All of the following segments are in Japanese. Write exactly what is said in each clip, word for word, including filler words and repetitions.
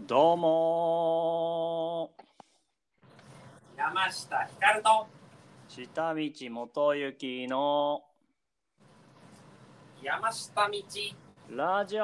どうも山下ひかると下道元行の山下道ラジオ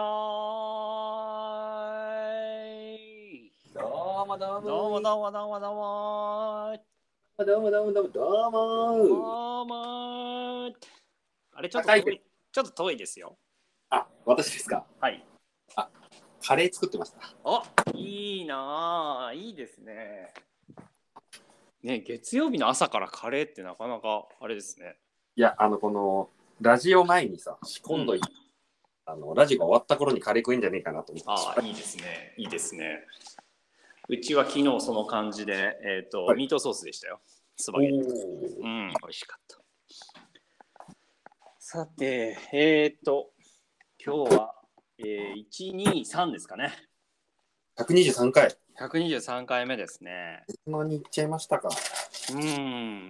どうもどうもどうもどうもどうもどうもどうもどうもどうもどうもどうもあれちょっと遠いちょっと遠いですよ。 あ、私ですか。 はい。 あ、カレー作ってました。 あ、いいなあ、いいですね。ね、月曜日の朝からカレーってなかなかあれですね。 いや、あのこのラジオ前にさ仕込んどいて、うん、あのラジオが終わった頃にカレー食いんじゃねえかなと思って。 ああ、いいですね。いいですね。うちは昨日その感じで、えっと、はい、ミートソースでしたよ。スパゲッティ。うん、美味しかった。さて、えっと、今日は、えー、いちにさんですかね。 ひゃくにじゅうさんかい。 ひゃくにじゅうさんかいめですね。 そんなにいっちゃいましたか。 うん、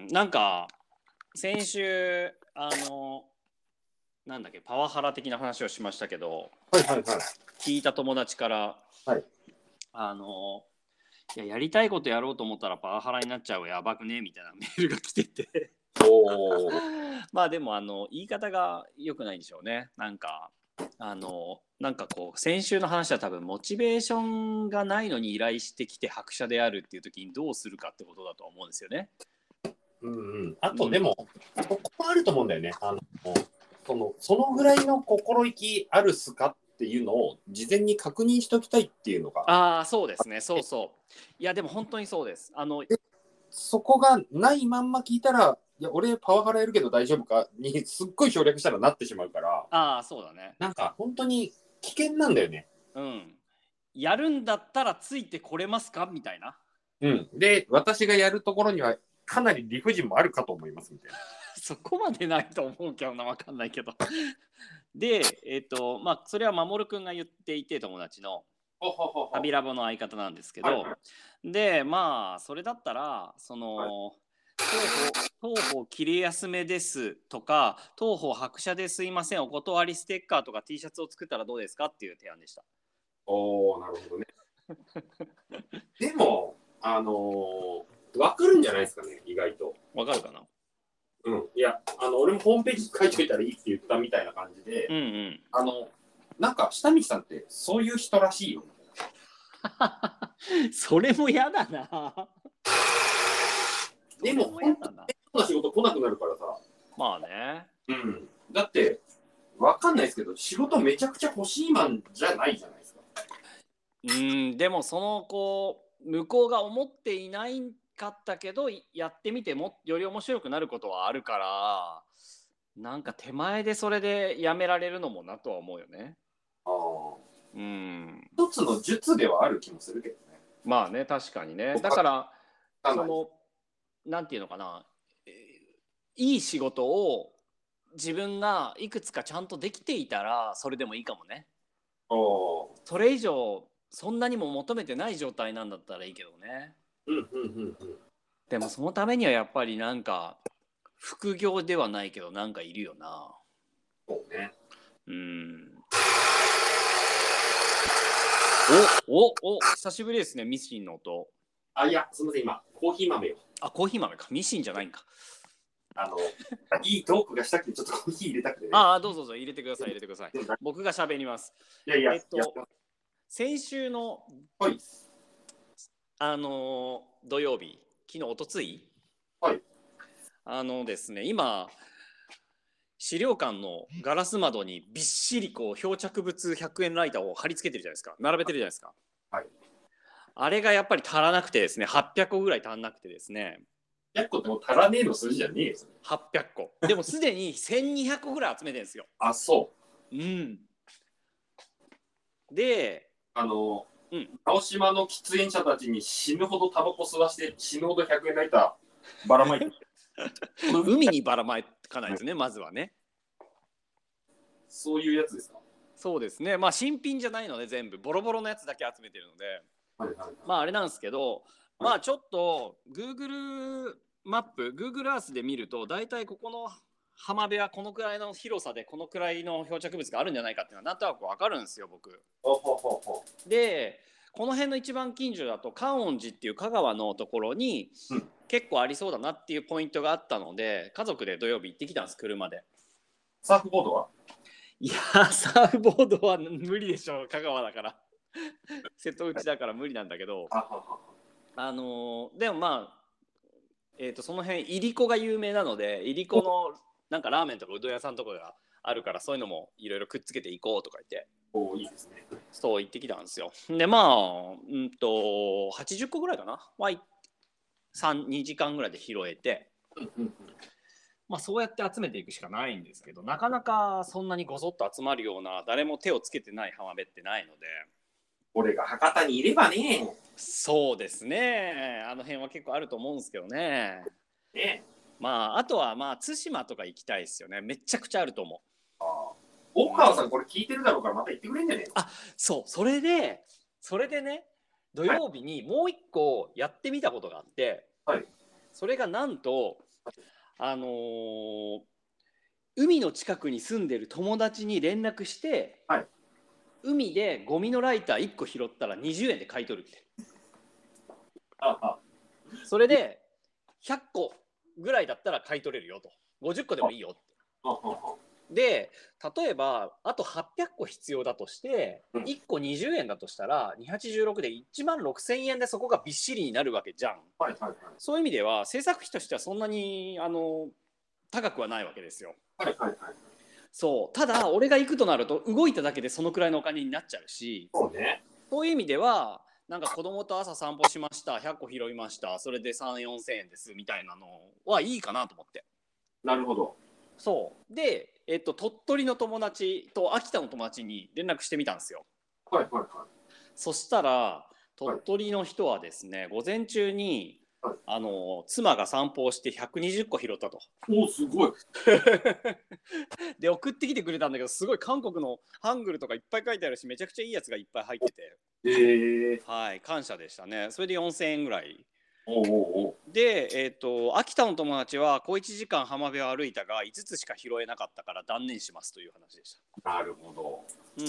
なんか、先週、あの、なんだっけ、パワハラ的な話をしましたけど、 はいはいはい。 聞いた友達から、 はい、 あの、いや、やりたいことやろうと思ったらパワハラになっちゃうやばくねみたいなメールが来てておまあでもあの言い方が良くないんでしょうね。なんかあのなんかこう先週の話は多分モチベーションがないのに依頼してきて拍車であるっていう時にどうするかってことだと思うんですよね。 うんうん、あとでも、うん、ここもあると思うんだよね。あのそのそのぐらいの心意気あるすかっていうのを事前に確認しておきたいっていうのが。 ああ、そうですね。そうそう。いやでも本当にそうです。あのそこがないまんま聞いたら、いや俺パワハラやるけど大丈夫かにすっごい省略したらなってしまうから。 ああ、そうだね。 なんか本当に危険なんだよね。 うん。やるんだったらついてこれますかみたいな。 うん。で私がやるところにはかなり理不尽もあるかと思いますみたいな。 そこまでないと思うけどな、分かんないけどで、えっ、ー、とまあそれは守くんが言っていて、友達の旅ラボの相方なんですけど、はいはい、でまあそれだったらその、はい、当方当方切れ休めですとか、当方白車ですいませんお断りステッカーとか T シャツを作ったらどうですかっていう提案でした。 おー、なるほどねでもあのー、分かるんじゃないですかね、意外と。 分かるかな。 うん、いやあの俺もホームページ書いといたらいいって言ったみたいな感じで、 うんうん、 あのなんか下道さんってそういう人らしいよそれも嫌だなでも本当にそんな仕事来なくなるからさ。 まあね、 うん、だって分かんないですけど仕事めちゃくちゃ欲しいマンじゃないじゃないですか。 うん、でもそのこう向こうが思っていないかったけどやってみてもより面白くなることはあるから、なんか手前でそれでやめられるのもなとは思うよね。 ああ、 うん、 一つの術ではある気もするけどね。 まあね、確かにね。だからそのなんていうのかな、えー、いい仕事を自分がいくつかちゃんとできていたらそれでもいいかもね。 おそれ以上そんなにも求めてない状態なんだったらいいけどね。 うんうんうんうん。 でもそのためにはやっぱりなんか副業ではないけどなんかいるよな。 そうね。 うん。おおお久しぶりですね、ミシンの音。 あ、いやすみません、今コーヒー豆を。 あ、コーヒー豆か、ミシンじゃないんか。 あのいいトークがしたくてちょっとコーヒー入れたくてね。 ああ、どうぞどうぞ入れてください入れてください。僕が喋ります。 いやいや、 えっと先週の、 はい、 あのー、土曜日、昨日おとつい、 はい、 あのですね、今資料館のガラス窓にびっしりこう漂着物ひゃくえんライターを貼り付けてるじゃないですか、並べてるじゃないですか。 はい、 あれがやっぱり足らなくてですね、はっぴゃっこぐらい足んなくてですね。 ひゃっこってもう足らねえの数字じゃねえよ。 はっぴゃっこ。でもすでにせんにひゃっこぐらい集めてるんですよ。 あ、そう。 うん。で、 あの、 うん、 青島の喫煙者たちに死ぬほどタバコ吸わして死ぬほどひゃくえんライターばらまいて海にばらまかないですね、まずはね。 そういうやつですか。 そうですね。まあ新品じゃないので全部ボロボロのやつだけ集めてるので、はいはいはい、まああれなんですけど、はい、まあちょっと Google マップ Google Earth で見るとだいたいここの浜辺はこのくらいの広さでこのくらいの漂着物があるんじゃないかっていうのはなんとなく分かるんですよ、僕。 ほうほうほうほう。 でこの辺の一番近所だと観音寺っていう香川のところに結構ありそうだなっていうポイントがあったので、家族で土曜日行ってきたんです、車で。 サーフボードはいやサーフボードは無理でしょ、香川だから瀬戸内だから無理なんだけど、あのー、でもまあえー、とその辺いりこが有名なので、いりこのなんかラーメンとかうどん屋さんとかがあるから、そういうのもいろいろくっつけていこうとか言って、 おいいですね、 そう行ってきたんですよ。でまあうんとはちじゅっこぐらいかなはにじかんぐらいで拾えて、まあそうやって集めていくしかないんですけど、なかなかそんなにごそっと集まるような誰も手をつけてない浜辺ってないので。 俺が博多にいればね。 そうですね、あの辺は結構あると思うんですけどね。 ね、 まああとはまあ対馬とか行きたいですよね。めちゃくちゃあると思う。 あ大川さんこれ聞いてるだろうからまた言ってくれんじゃねえの。 あ、そうそれでそれでね、土曜日にもう一個やってみたことがあって、はい、それがなんとあのー、海の近くに住んでる友達に連絡して、はい、海でゴミのライターいっこ拾ったらにじゅうえんで買い取るって。ああ、それでひゃっこぐらいだったら買い取れるよと、ごじゅっこでもいいよって。で例えばあとはっぴゃっこ必要だとして、うん、いっこにじゅうえんだとしたらにひゃくはちじゅうろくでいちまんろくせんえんでそこがびっしりになるわけじゃん、はいはいはい、そういう意味では制作費としてはそんなにあの高くはないわけですよ、はいはいはい、そうただ俺が行くとなると動いただけでそのくらいのお金になっちゃうし、そうね、そういう意味ではなんか子供と朝散歩しました、ひゃっこ拾いました、それでさん、よんせんえんですみたいなのはいいかなと思って。なるほど。そうで、えっと、鳥取の友達と秋田の友達に連絡してみたんですよ。はいはいはい。そしたら鳥取の人はですね、はい、午前中に、はい、あの妻が散歩をしてひゃくにじゅっこ拾ったと。おすごいで送ってきてくれたんだけど、すごい韓国のハングルとかいっぱい書いてあるし、めちゃくちゃいいやつがいっぱい入ってて、えー、はい感謝でしたね。それでよんせんえんぐらい。おうおうおうで、えーと、秋田の友達は小いちじかん浜辺を歩いたがいつつしか拾えなかったから断念しますという話でした。なるほど。うん。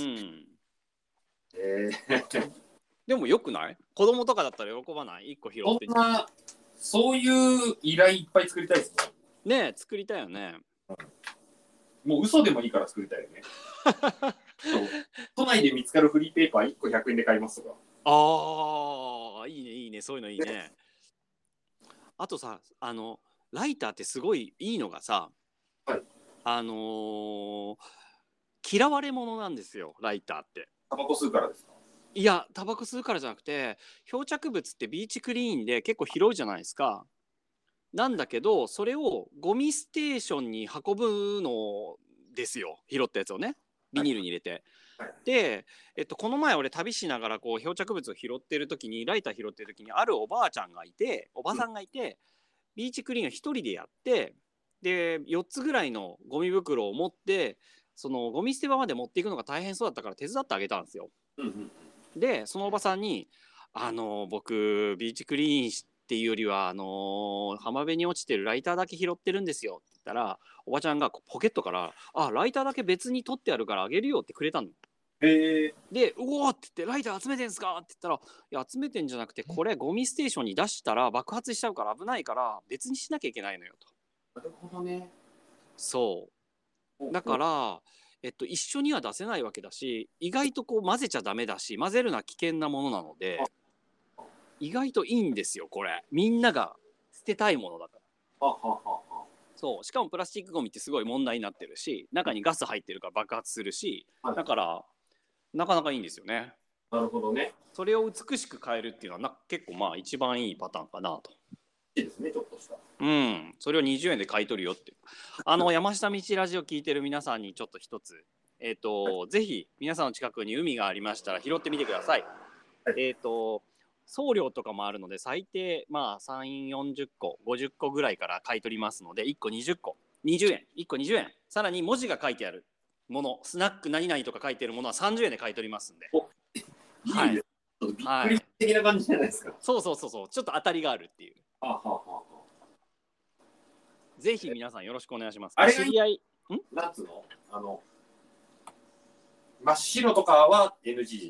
えー、でもよくない？子供とかだったら喜ばない？いっこ拾って。そんなそういう依頼いっぱい作りたいですね。ねえ作りたいよね。もう嘘でもいいから作りたいよね。都内で見つかるフリーペーパーいっこひゃくえんで買いますとか。ああいいねいいね、そういうのいいね。あとさ、あのライターってすごいいいのがさ、はい、あのー、嫌われ者なんですよ、ライターって。タバコ吸うからですか？いや、タバコ吸うからじゃなくて、漂着物ってビーチクリーンで結構広いじゃないですか。なんだけど、それをゴミステーションに運ぶのですよ、拾ったやつをね、ビニールに入れて。はい、で、えっと、この前俺旅しながらこう漂着物を拾ってる時にライター拾ってる時にあるおばあちゃんがいておばさんがいて、うん、ビーチクリーンを一人でやってでよっつぐらいのゴミ袋を持ってそのゴミ捨て場まで持っていくのが大変そうだったから手伝ってあげたんですよ、うんうん、でそのおばさんにあの僕ビーチクリーンっていうよりはあの浜辺に落ちてるライターだけ拾ってるんですよって言ったらおばちゃんがポケットからあライターだけ別に取ってあるからあげるよってくれたの。へでうおーって言ってライター集めてんすかって言ったらいや集めてんじゃなくてこれゴミステーションに出したら爆発しちゃうから危ないから別にしなきゃいけないのよと。なるほどね。そうだからえっと一緒には出せないわけだし意外とこう混ぜちゃダメだし混ぜるのは危険なものなので意外といいんですよこれみんなが捨てたいものだから。はははそうしかもプラスチックゴミってすごい問題になってるし中にガス入ってるから爆発するしだからなかなかいいんですよね。なるほどね。それを美しく変えるっていうのはな結構まあ一番いいパターンかなと。いいですねちょっとした。うんそれをにじゅうえんで買い取るよってあの山下道ラジオ聞いてる皆さんにちょっと一つえっ、ー、と、はい、ぜひ皆さんの近くに海がありましたら拾ってみてください。はい、えっ、ー、と送料とかもあるので最低まあさんじゅう、よんじゅっこごじゅっこぐらいから買い取りますのでいっこにじゅっこにじゅうえんいっこにじゅうえんさらに文字が書いてあるものスナック何々とか書いてるものはさんじゅうえんで買い取りますんで。はい、びっくり的な感じじゃないですか。はい、そうそうそうそうちょっと当たりがあるっていう。ははははぜひ皆さんよろしくお願いします。あれ知り合いんなんつうのあの真っ白とかは エヌジー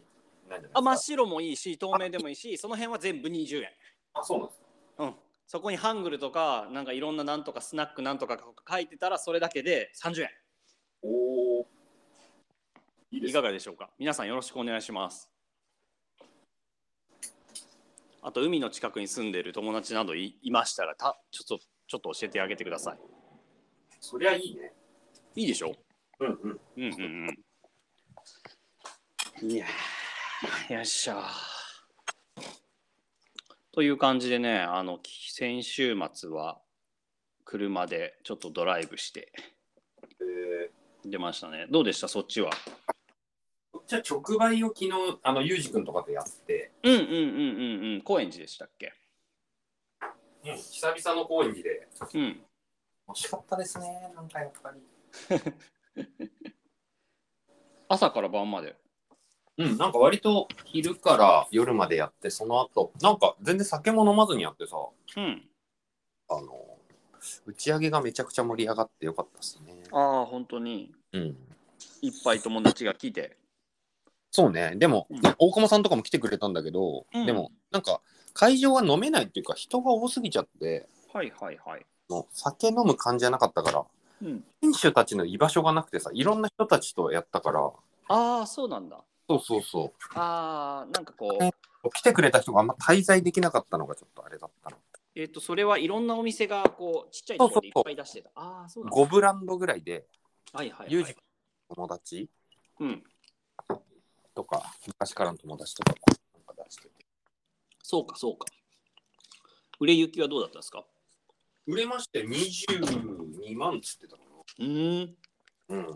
なんじゃないですか。 あ、真っ白もいいし透明でもいいし、その辺は全部にじゅうえん。 あ、そうなんですか。 うん、そこにハングルとかなんかいろんななんとかスナックなんとか書いてたらそれだけでさんじゅうえん。 おお、いいですね。 いかがでしょうか。皆さんよろしくお願いします。あと海の近くに住んでいる友達など い, いましたらたちょっとちょっと教えてあげてください。 そりゃいいね。 いいでしょ。 うんうん。 うんうんうん。いやー、よっしゃ。という感じでね、あの先週末は車でちょっとドライブしてえ出ましたね。どうでしたそっちは。 ー、じゃあ直売を昨日あのユージ君とかでやって、 うんうんうんうんうん。高円寺でしたっけ。 うん、久々の高円寺でうん。 惜しかったですね。なんかやっぱり。 朝から晩まで。 うん、なんか割と昼から夜までやって、その後なんか全然酒も飲まずにやってさ、 うん。 あの打ち上げがめちゃくちゃ盛り上がってよかったですね。 ああ、本当に。 うん。 いっぱい友達が来て。 そうね。でも、 うん、 大友さんとかも来てくれたんだけど、 うん、 でもなんか会場は飲めないっていうか人が多すぎちゃって、 はいはいはい。 もう酒飲む感じじゃなかったから、 うん。 選手たちの居場所がなくてさ、いろんな人たちとやったから、 ああ、そうなんだ。 そうそうそああ、なんかこう。 う、 来てくれた人があんま滞在できなかったのがちょっとあれだったの。 えっと、それはいろんなお店がこう、ちっちゃいところでいっぱい出してた。ああ、そうなんだ。 ごブランドぐらいで、 はいはいユージはい。 友達うん。 とか、昔からの友達とかもなんか出してて。 そうかそうか。売れ行きはどうだったんですか。 売れましてにじゅうにまんつってたかうーん。 な。うん。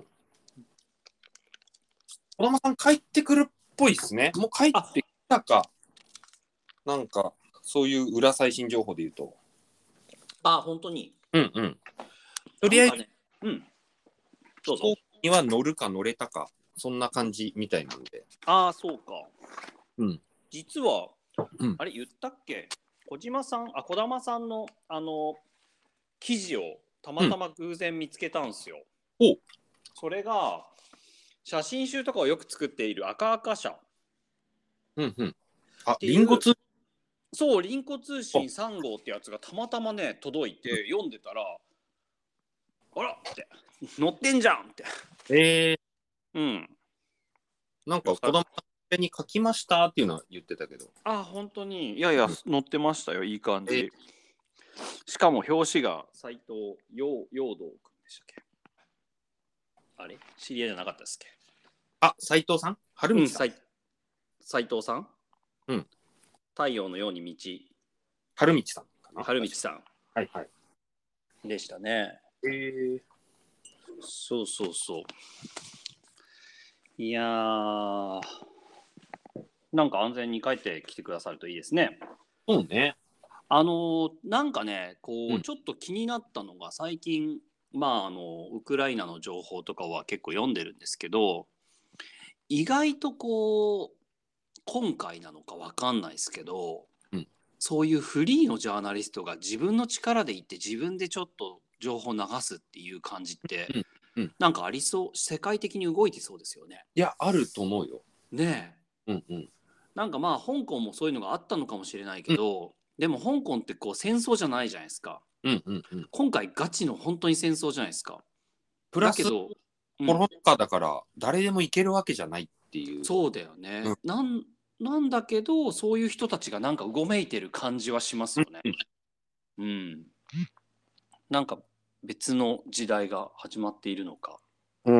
児玉さん帰ってくるっぽいですね。もう帰ってきたか。なんか、そういう裏最新情報で言うと。 ああ、本当に。 うんうん。とりあえず、 ね、うん。どうぞ。 飛行機には乗るか乗れたか、そんな感じみたいなんで。 ああ、そうか。 うん。 実は、 うん、 あれ言ったっけ。小島さん、あ、児玉さんの、あの、記事をたまたま偶然見つけたんですよ。 うん、 それが、写真集とかをよく作っている赤赤社。 うんうん。あ、 ていう、 リンゴ通そう、リンコ通信さん号ってやつがたまたまね、届いて、読んでたら、あらって、載ってんじゃんって。 えー、 うん。 なんか、児玉さんに書きましたっていうのは言ってたけど。 あ、本当に。いやいや、 うん、 載ってましたよ、いい感じ。 えー、 しかも表紙が斎藤陽陽道君でしたっけ。あれ知り合いじゃなかったですっけ。 あ、斉藤さん春うん、 道さん、 斎藤さん。 うん。 太陽のように道。 春道さんかな。 春道さんはいはい。 でしたね。 えー、 そうそうそう。いやー、なんか安全に帰ってきてくださるといいですね。 そうね。 あのーなんかね、こううんちょっと気になったのが最近、まああのウクライナの情報とかは結構読んでるんですけど、意外とこう今回なのかわかんないですけど、 うん、 そういうフリーのジャーナリストが自分の力で言って自分でちょっと情報を流すっていう感じって、 うんうん、 なんかありそう、世界的に動いてそうですよね。 いや、あると思うよ。 ねえ。 うんうん。 なんかまあ香港もそういうのがあったのかもしれないうんけど、でも香港ってこう戦争じゃないじゃないですか。 うんうんうん。 今回ガチの本当に戦争じゃないですか。 プラスだけど、うん、 コロナ禍だから誰でも行けるわけじゃないっていう。 そうだよね、 うん、 なんなんだけどそういう人たちがなんかうごめいてる感じはしますよね。うん、なんか別の時代が始まっているのか。 うん。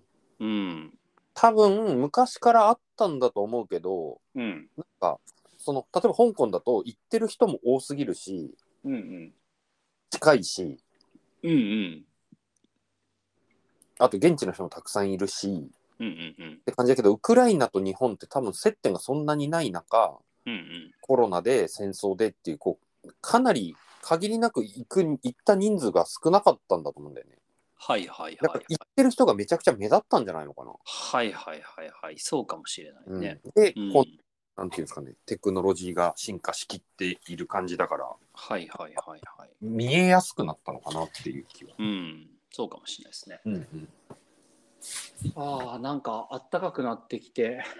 うん。 多分昔からあったんだと思うけど、 うん。 なんかその例えば香港だと行ってる人も多すぎるし、 うんうん近いし、 うんうんあと現地の人もたくさんいるしうんうんうんって感じだけど、ウクライナと日本って多分接点がそんなにない中、 うんうん。 コロナで戦争でっていう、こうかなり限りなく行く行った人数が少なかったんだと思うんだよね。 はいはいだはいから行ってる人がめちゃくちゃ目立ったんじゃないのかな。 はいはいはいはい、そうかもしれないうん、 ね。 で、 うん、 こうなんていうんですかね、テクノロジーが進化しきっている感じだから、 はいはいはいはい。 見えやすくなったのかなっていう気は。 うん、そうかもしれないですね。 うんうん、 ああ、なんかあったかくなってきて、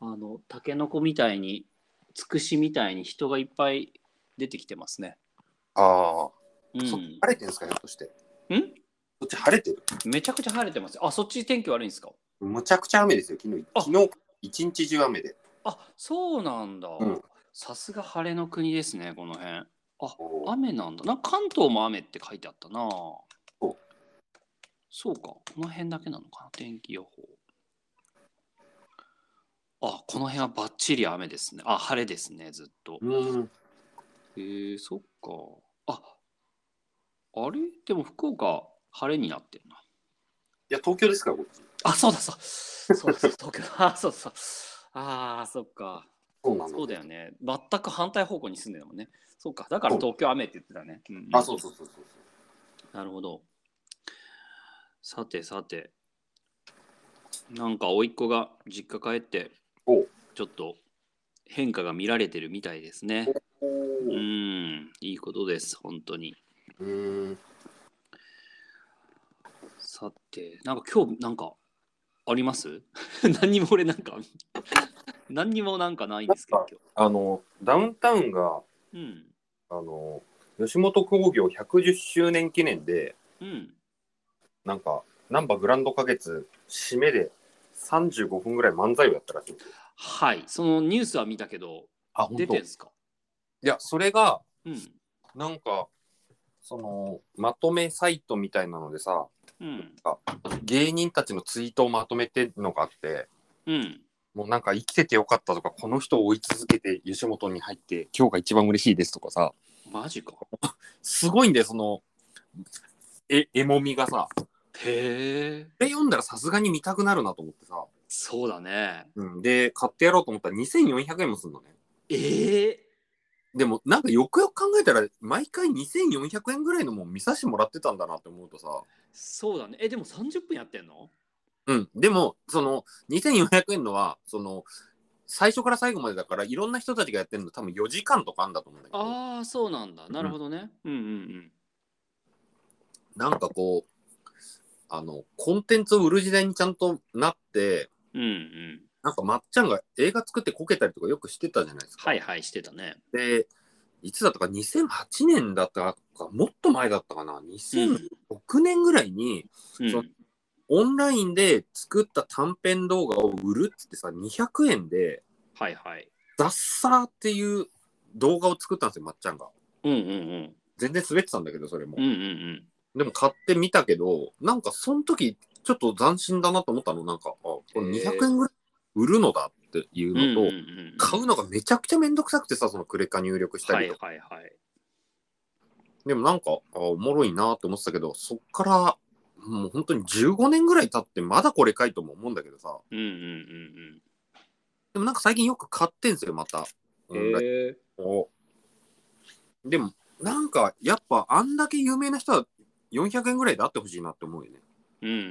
あのタケノコみたいにつくしみたいに人がいっぱい出てきてますね。 ああ、 うん、 そっち晴れてるんですか、ひょっとして。 んそっち晴れてる？ めちゃくちゃ晴れてますよ。あ、そっち天気悪いんですか？ むちゃくちゃ雨ですよ、昨日。昨日一日中雨で。 あ、そうなんだ。 うん、 さすが晴れの国ですね、この辺。あ、 お雨なんだ。なんか関東も雨って書いてあったな。 そうそうか、この辺だけなのかな、天気予報。あ、この辺はバッチリ雨ですね。あ、晴れですね、ずっと。 うん。 えー、そっか。あ、あれでも福岡、晴れになってるな。 いや、東京ですから、こっち。 あ、そうだそう。そうだそう、東京。あ、そうそう。ああ、そっか。 そうなの。 そうだよね。全く反対方向に住んでるもんね。そうか。だからそう東京雨って言ってたね。うんうん、 あ、そうそうそうそう。 なるほど。さてさて。なんか甥っ子が実家帰っておちょっと変化が見られてるみたいですね。 おうーん、いいことです、本当に。 うーん。 さて、なんか今日なんかあります何にも俺なんか何にもなんかないんですけど、今あの、ダウンタウンが、 日。うん。 あの、吉本興業ひゃくじゅっしゅうねん記念で、 うん。 なんか、なんばグランド花月、締めでさんじゅうごふんぐらい漫才をやったらしいんですよ。 はい、そのニュースは見たけど、 あ、本当。い出てんすか？ や、それが、 うん。 なんか、その、まとめサイトみたいなのでさ、 うん。 あ芸人たちのツイートをまとめてるのがあって、 うん。 もうなんか生きててよかったとか、この人を追い続けて吉本に入って今日が一番嬉しいですとかさ、 マジか。 すごいんだよ、その、え、絵もみがさ。 へえ。 これ読んだらさすがに見たくなるなと思ってさ。 そうだね。 うん、で、買ってやろうと思ったらにせんよんひゃくえんもすんのね。 ええでもなんかよくよく考えたら毎回にせんよんひゃくえんぐらいのもん見させてもらってたんだなって思うとさ。 そうだね。え、でもさんじゅっぷんやってんの？ うん。でも、そのにせんよんひゃくえんのは、その、最初から最後までだからいろんな人たちがやってるの多分よじかんとかあんだと思うんだけど。 ああ、そうなんだ。なうん、 るほどね。うんうんうん。 なんかこう、あの、コンテンツを売る時代にちゃんとなって、 うんうん。 なんかまっちゃんが映画作ってこけたりとかよくしてたじゃないですか。 はいはい、してたね。 で、いつだったかにせんはちねんだったか、もっと前だったかな、にせんろくねんぐらいに、 うん。 そのオンラインで作った短編動画を売るっつってさ、にひゃくえんで、 はいはい。 ダッサーっていう動画を作ったんですよ、まっちゃんが。 うんうんうん。 全然滑ってたんだけど、それも。 うんうんうん。 でも買ってみたけど、なんかその時、ちょっと斬新だなと思ったの。なんか、あ、これにひゃくえんぐらい売るのだっていうのと、 うんうんうんうん、 買うのがめちゃくちゃめんどくさくてさ、そのクレカ入力したりとか。 はいはいはい。 でもなんか、あ、おもろいなって思ってたけど、そっから、もう本当にじゅうごねんぐらい経ってまだこれかいとも思うんだけどさ。 うんうんうんでもなんか最近よく買ってんすよ、また。 うん。 オンライへえ。 ンを。でも、なんか、やっぱあんだけ有名な人はよんひゃくえんぐらいであってほしいなって思うよね。 うんうんうんうん。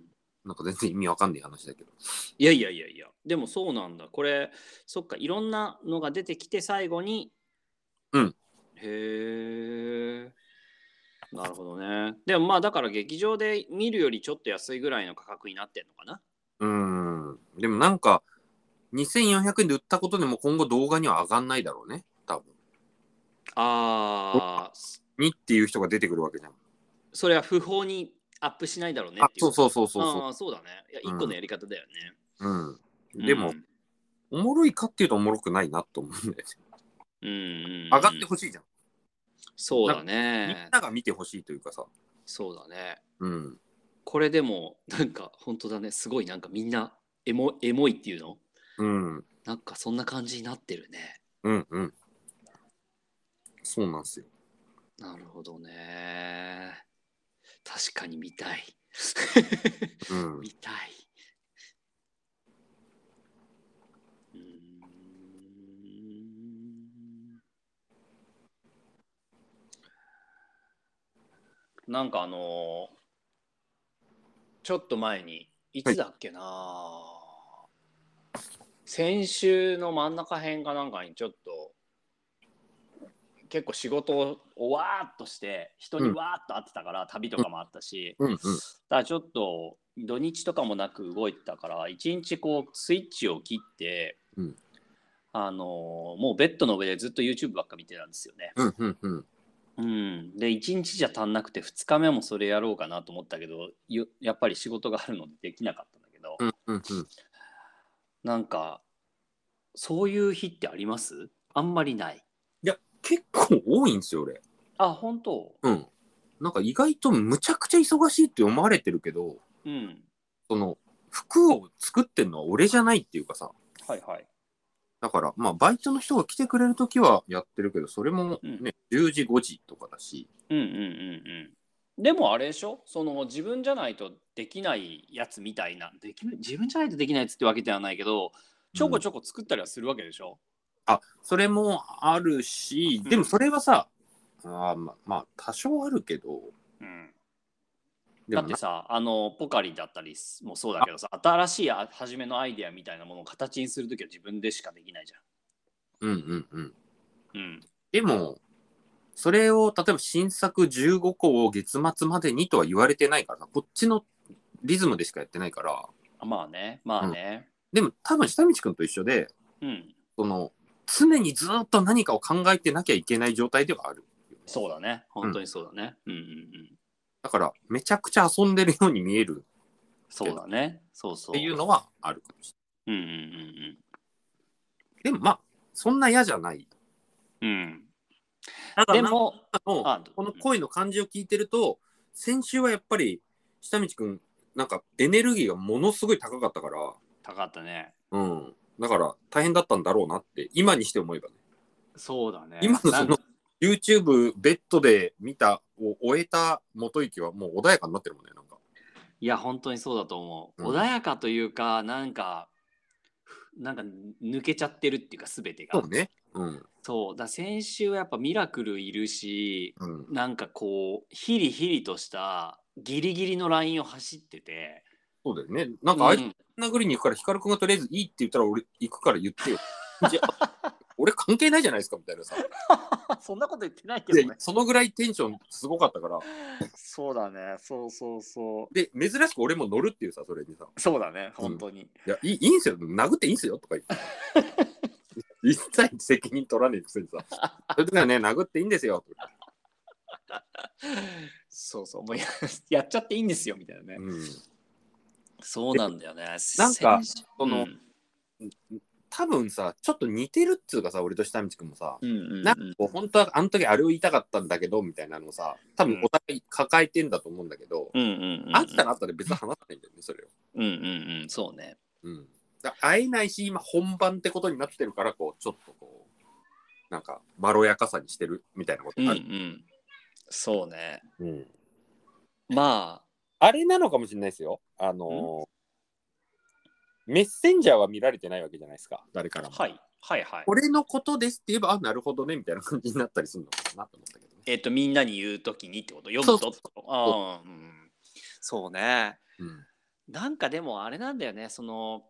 なんか全然意味わかんない話だけど。 いやいやいやいや。でもそうなんだ。これ、そっか、いろんなのが出てきて最後に。 うん。 へえ。なるほどね。でもまあだから劇場で見るよりちょっと安いぐらいの価格になってんのかな。 うーん。でもなんか、にせんよんひゃくえんで売ったことでも今後動画には上がんないだろうね。多分。 ああ、 にっていう人が出てくるわけじゃん。 それは不法にアップしないだろうねあ、 っていうこと。 そうそうそうそうそう。 ああ、そうだね。いや、一個のやり方だよね。 うん。 うん、 でも、おもろいかっていうとおもろくないなと思うんだよね。 うんうんうん、 上がってほしいじゃん。 そうだみんね。 なが見てほしいというかさ。 そうだね。 うん。 これでも、なんか本当だね。すごいなんかみんなエモエモいっていうのうん。 なんかそんな感じになってるね。 うんうん。そうなんですよ。 なるほどね。確かに見たい。 うん。 見たい。うーん。なんかあのーちょっと前にいはい。 つだっけな、先週の真ん中辺かなんかにちょっと結構仕事をわーっとして人にわーっと会ってたから、うん、旅とかもあったし、うんうん、だからちょっと土日とかもなく動いてたから一日こうスイッチを切って、うん、あのー、もうベッドの上でずっと YouTube ばっか見てたんですよね。うんうんうんうん、でいちにちじゃ足んなくてふつかめもそれやろうかなと思ったけどやっぱり仕事があるのでできなかったんだけど、うんうんうん、なんかそういう日ってあります？あんまりない。 いや結構多いんですよ俺。 あ、本当？ うん。なんか意外とむちゃくちゃ忙しいって思われてるけど、うん、その服を作ってんのは俺じゃないっていうかさ。 はいはい。 だからまあバイトの人が来てくれるときはやってるけど、それもね、うん、じゅうじごじとかだし。 うんうんうんうん。でもあれでしょ、その自分じゃないとできないやつみたいな、でき自分じゃないとできないやつってわけではないけど、ちょこちょこ作ったりはするわけでしょ。 うん、あ、それもあるし、でもそれはさ、うん、あままあ多少あるけど、うん、 だってさ、あのポカリだったりもそうだけどさ、新しい初めのアイデアみたいなものを形にするときは自分でしかできないじゃん。 うんうんうん。うん、でもそれを例えば新作じゅうごこを月末までにとは言われてないから、こっちのリズムでしかやってないから。 まあねまあね、 うん、でも多分下道くんと一緒で、うん、その常にずっと何かを考えてなきゃいけない状態ではある。 そうだね、本当にそうだね、うん、うんうんうん。 だからめちゃくちゃ遊んでるように見える。 そうだね、そうそう。 っていうのはあるかもしれない。うんうんうんうん。でもまあそんな嫌じゃない。うん。ただでもこの声の感じを聞いてると、先週はやっぱり下道くんなんかエネルギーがものすごい高かったから。 高かったね。 うん。だから大変だったんだろうなって今にして思えばね。 そうだね。 今のその YouTube ベッドで見たを終えた元行はもう穏やかになってるもんね、なんか。 いや本当にそうだと思う、うん、穏やかというかなんかなんか抜けちゃってるっていうか全てが。 そうね。うん。 そうだ、先週はやっぱミラクルいるし、うん、なんかこうヒリヒリとしたギリギリのラインを走ってて。 そうだよね。なんかあいつ殴りに行くから、光くんがとりあえずいいって言ったら俺行くから言ってよ。じゃあ俺関係ないじゃないですかみたいなさ。 そんなこと言ってないけどね。 そのぐらいテンションすごかったから。 そうだね、そうそうそう。 で珍しく俺も乗るっていうさ、それにさ。 そうだね、本当に。うん、 いやいい、いいんすよ、殴っていいんすよとか言って。一切責任取らねえくせにさ。それとかね、殴っていいんですよ。 そうそう、もう や, やっちゃっていいんですよみたいなね。うん、そうなんだよね。 なんかその、うん、多分さちょっと似てるっつうかさ、俺と下道くんもさ、うんうんうん、なんかこう本当はあの時あれを言いたかったんだけどみたいなのをさ、多分お互い抱えてんだと思うんだけど、うんうんうんうん、あったらあったで別に話さないんだよね、それを。 うんうんうん、そうね。 うん、だ会えないし今本番ってことになってるから、こうちょっとこうなんかまろやかさにしてるみたいなことある。うんうん、 そうね。うん、まああれなのかもしれないですよ。あのー、メッセンジャーは見られてないわけじゃないですか、誰からも。 はいはいはい。 これのことですって言えば、あ、なるほどねみたいな感じになったりするのかなと思ったけどね。 えっ、ー、とみんなに言うときにってこと、読むとってこと。ああ、うん、そうね、うん。なんかでもあれなんだよね、その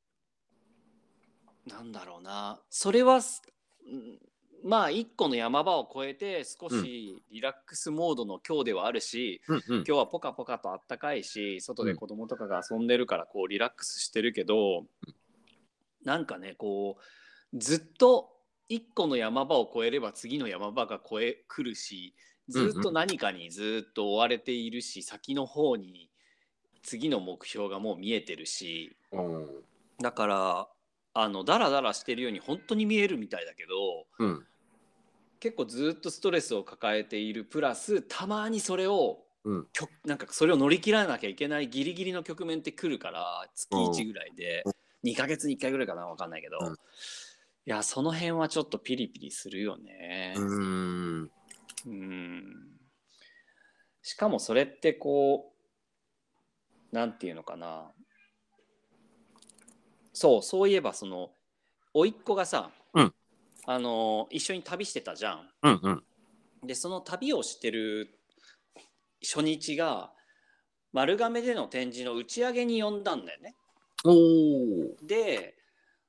なんだろうな、それは、うん、まあ一個の山場を越えて少しリラックスモードの今日ではあるし、うんうん、今日はポカポカとあったかいし、外で子供とかが遊んでるからこうリラックスしてるけど、うん、なんかねこうずっと一個の山場を越えれば次の山場が越え来るし、ずっと何かにずっと追われているし、先の方に次の目標がもう見えてるし、うん、だからあのダラダラしてるように本当に見えるみたいだけど、うん、結構ずっとストレスを抱えているプラスたまにそれを、うん、なんかそれを乗り切らなきゃいけないギリギリの局面って来るから月いちぐらいで、うん、にかげつにいっかいぐらいかな、分かんないけど、うん、いやその辺はちょっとピリピリするよね。うーん、うん、しかもそれってこうなんていうのかな、そうそういえばその甥っ子がさ、うん、あの一緒に旅してたじゃん、うんうん、でその旅をしてる初日が丸亀での展示の打ち上げに呼んだんだよね。おで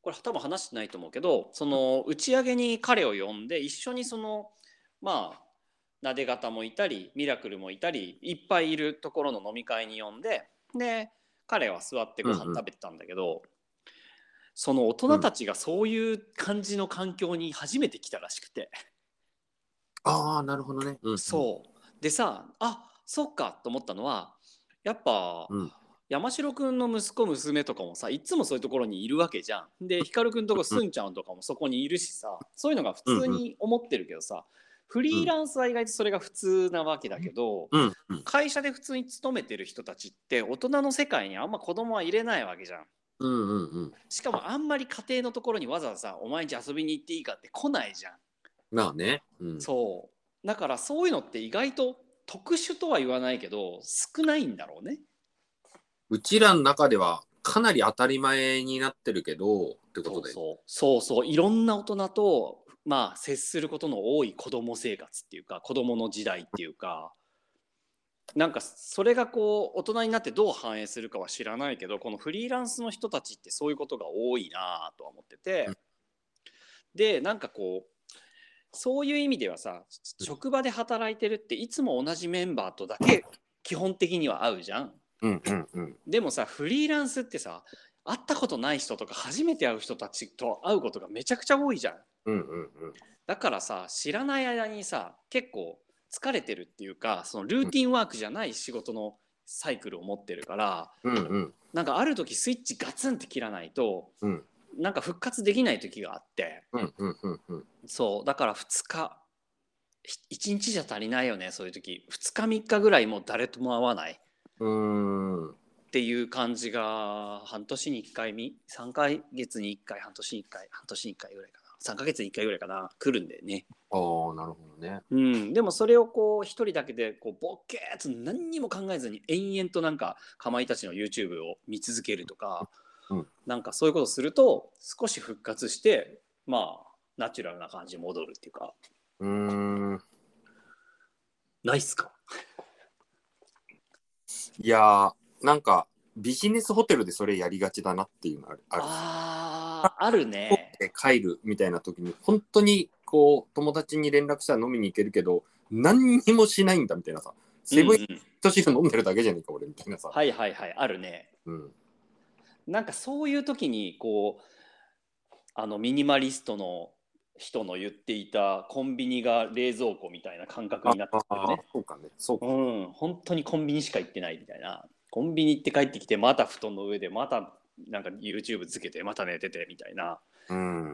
これ多分話してないと思うけど、その打ち上げに彼を呼んで一緒にそのまあなで方もいたりミラクルもいたりいっぱいいるところの飲み会に呼んで、で彼は座ってご飯食べてたんだけど、うんうん、その大人たちがそういう感じの環境に初めて来たらしくて、 うん、ああなるほどね、 うんうん、そうでさ、あそっかと思ったのはやっぱ、うん、山城くんの息子娘とかもさいつもそういうところにいるわけじゃん。で光くんとこすんちゃんとかもそこにいるしさ、そういうのが普通に思ってるけどさ、フリーランスは意外とそれが普通なわけだけど、うんうん、会社で普通に勤めてる人たちって大人の世界にあんま子供は入れないわけじゃん。うんうんうん、しかもあんまり家庭のところにわざわざお前んち遊びに行っていいかって来ないじゃん。 まあね、 うん、そうだからそういうのって意外と特殊とは言わないけど少ないんだろうね。 うちらの中ではかなり当たり前になってるけどってことで、 そうそうそうそう、いろんな大人とまあ接することの多い子供生活っていうか子供の時代っていうか、なんかそれがこう大人になってどう反映するかは知らないけど、このフリーランスの人たちってそういうことが多いなとは思ってて、うん、でなんかこうそういう意味ではさ、職場で働いてるっていつも同じメンバーとだけ基本的には会うじゃん。うんうんうん、でもさフリーランスってさ会ったことない人とか初めて会う人たちと会うことがめちゃくちゃ多いじゃん。うんうんうん、だからさ知らない間にさ結構疲れてるっていうか、そのルーティンワークじゃない仕事のサイクルを持ってるから、うんうん、なんかある時スイッチガツンって切らないと、うん、なんか復活できない時があって、うんうんうんうん、そうだからふつかいちにちじゃ足りないよね。そういう時ふつかみっかぐらいもう誰とも会わない、うーんっていう感じが半年にいっかいみさんかげつにいっかい半年にいっかい半年にいっかいぐらいかなさんかげつにいっかいぐらいかな来るんでね。 ああなるほどね。 うん、でもそれをこう一人だけでこうボッケーっと何にも考えずに延々となんかかまいたちの YouTube を見続けるとか、うん、なんかそういうことすると少し復活してまあナチュラルな感じに戻るっていうか。うーんないっすか。 いやーなんかビジネスホテルでそれやりがちだなっていうのある。 あああるね。 帰るみたいな時に本当にこう友達に連絡したら飲みに行けるけど何にもしないんだみたいなさ、セブン味噌汁飲んでるだけじゃねえか俺みたいなさ。 はいはいはいあるね。うん。なんかそういう時にこうあのミニマリストの人の言っていたコンビニが冷蔵庫みたいな感覚になってるね。 そうかね。そうか。 うん、本当にコンビニしか行ってないみたいな。コンビニ行って帰ってきてまた布団の上でまたなんか YouTube つけてまた寝ててみたいな。うん、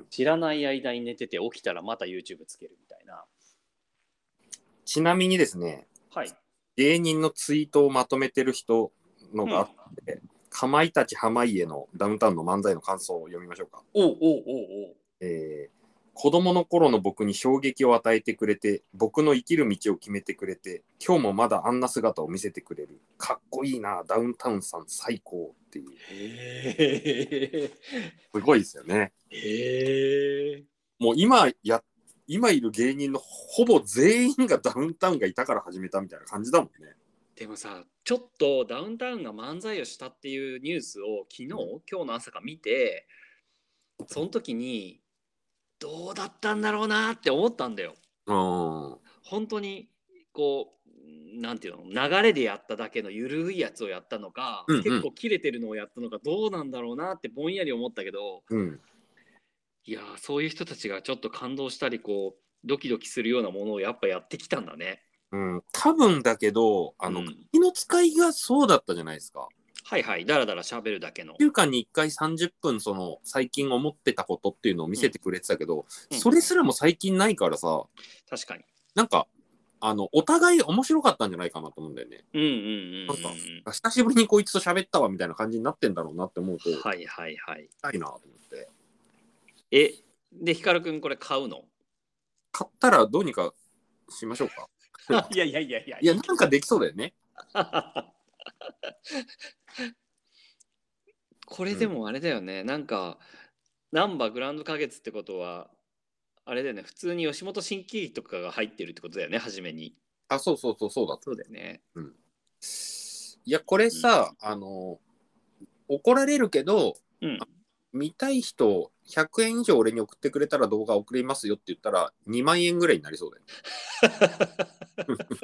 知らない間に寝てて起きたらまた YouTube つけるみたいな。 ちなみにですね、はい、芸人のツイートをまとめてる人のがあって、うん、かまいたち濱家のダウンタウンの漫才の感想を読みましょうか。 おうおうおうおう、 えー子供の頃の僕に衝撃を与えてくれて、僕の生きる道を決めてくれて、今日もまだあんな姿を見せてくれる。かっこいいな、ダウンタウンさん最高っていう。へー。すごいですよね。へー。もう今や、今いる芸人のほぼ全員がダウンタウンがいたから始めたみたいな感じだもんね。 でもさ、ちょっとダウンタウンが漫才をしたっていうニュースを昨日、うん、今日の朝か見て、その時に、どうだったんだろうなって思ったんだよ。うん、本当にこうなんていうの流れでやっただけのゆるいやつをやったのか、うんうん、結構キレてるのをやったのかどうなんだろうなってぼんやり思ったけど、うん、いやそういう人たちがちょっと感動したりこうドキドキするようなものをやっぱやってきたんだね。 うん、多分だけどあの、うん、気の使いがそうだったじゃないですか。 はいはい、だらだら喋るだけの。いっしゅうかんにいっかいさんじゅっぷんその最近思ってたことっていうのを見せてくれてたけど、うん、それすらも最近ないからさ、 確かになんかあのお互い面白かったんじゃないかなと思うんだよね。うんうんうん、うん、なんか久しぶりにこいつと喋ったわみたいな感じになってんだろうなって思うと、 はいはいはい。 したいなと思って。 えでヒカルくんこれ買うの？ 買ったらどうにかしましょうか。いやいやいやいやいやなんかできそうだよね。 これでもあれだよね、うん、なんか難波グランド花月ってことはあれだよね、普通に吉本新喜劇とかが入ってるってことだよね、初めに。 あ、そうそうそうそうだ。 そうだよね。 うん。いやこれさ、うん、あの怒られるけど、うん、見たい人ひゃくえん以上俺に送ってくれたら動画送りますよって言ったらにまんえんぐらいになりそうだよね。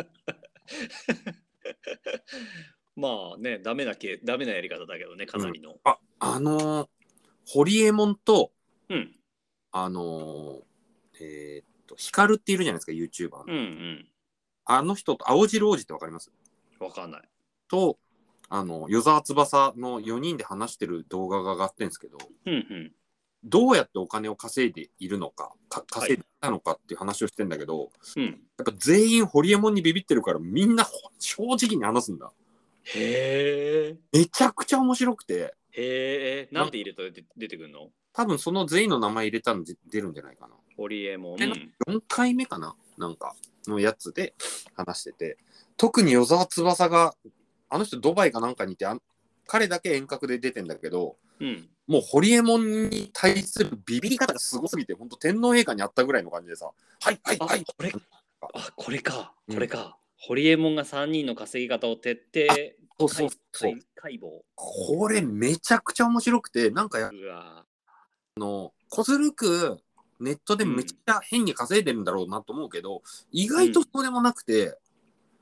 まあね、ダメなけ、ダメなやり方だけどね、かなりの。うん、 あ、あのー、ホリエモンと、 うん、 あのー、えー、っと、ヒカルっているじゃないですか、YouTuber の。 うんうん。 あの人と、青汁王子ってわかります？ わかんない。 と、あの、与沢翼のよにんで話してる動画が上がってるんですけど、 うんうん、 どうやってお金を稼いでいるのか、か稼いでたのかっていう話をしてんだけど、 はい、 やっぱ全員ホリエモンにビビってるからみんな正直に話すんだ。 へえ。めちゃくちゃ面白くて。 へえ。なんて入れたら出てくるの？ 多分その全員の名前入れたの出るんじゃないかな。 ホリエモン。 よんかいめかななんかのやつで話してて、特に与沢翼が、あの人ドバイかなんかにいて、あ彼だけ遠隔で出てんだけど、うん、もうホリエモンに対するビビり方がすごすぎて、本当天皇陛下にあったぐらいの感じでさ、はいはいはい。 これ、あ、これか、これか。うん、ホリエモンがさんにんの稼ぎ方を徹底そうそうそう解剖。 これめちゃくちゃ面白くて、なんかや、うわあの、こずるくネットでめっちゃ変に稼いでるんだろうなと思うけど、うん、意外とそうでもなくて、うん、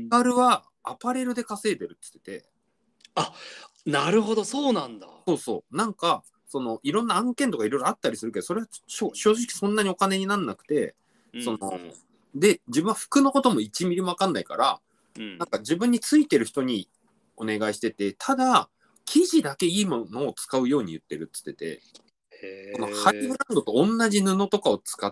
あれはアパレルで稼いでるって言ってて。 あ、なるほど、そうなんだ。 そうそう。なんか、そのいろんな案件とかいろいろあったりするけど、それは正直そんなにお金になんなくて、うん、そので自分は服のこともいちミリも分かんないから、うん、なんか自分についてる人にお願いしてて、ただ生地だけいいものを使うように言ってるっつってて、このハイブランドと同じ布とかを使って、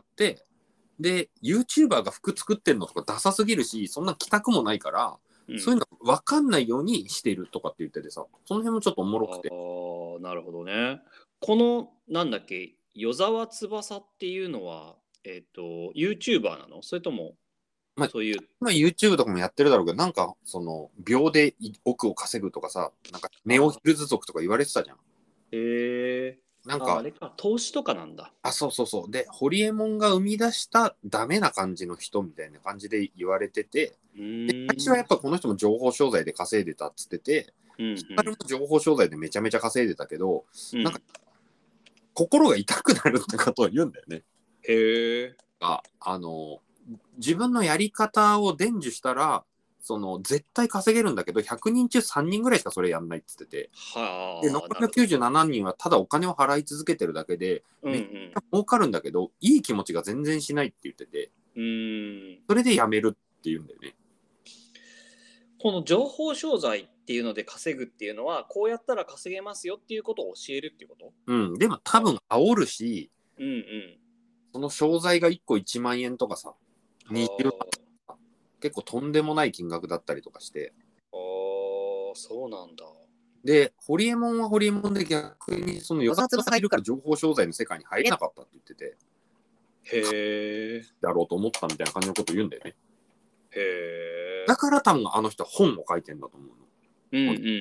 で YouTuber が服作ってるのとかダサすぎるし、そんな着たくもないから、うん、そういうの分かんないようにしてるとかって言っててさ、その辺もちょっとおもろくて。 ああ、なるほどね。このなんだっけ、与沢翼っていうのはえっ、ー、と YouTuber なの？それとも、 まあ、そういう。まあ YouTube とかもやってるだろうけど、なんかその秒で億を稼ぐとかさ、なんかネオヒルズ族とか言われてたじゃん。 へえー。なんかあれか、投資とかなんだ。 あ、そうそうそう。で、ホリエモンが生み出したダメな感じの人みたいな感じで言われてて、で最初はやっぱこの人も情報商材で稼いでたっつってて、うんうん、彼も情報商材でめちゃめちゃ稼いでたけど、うん、なんか心が痛くなるってことを言うんだよね。 へえ。 あ、あの自分のやり方を伝授したら、その絶対稼げるんだけど、ひゃくにん中さんにんぐらいしかそれやんないって言ってて、はで残りのきゅうじゅうななにんはただお金を払い続けてるだけで、うんうん、めっちゃ儲かるんだけど、いい気持ちが全然しないって言ってて、うーんそれでやめるって言うんだよね。 この情報商材っていうので稼ぐっていうのは、こうやったら稼げますよっていうことを教えるっていうこと？ うん、でも多分煽るし、 うんうん、 その商材がいっこいちまんえんとかさ、にじゅうまんとか結構とんでもない金額だったりとかして。 ああ、そうなんだ。 で、ホリエモンはホリエモンで逆にその与沢翼がいるから情報商材の世界に入れなかったって言ってて、 へえ。 だろうと思ったみたいな感じのことを言うんだよね。 へえ。 だから多分あの人は本を書いてんだと思うの。 うんうんうんうんうん。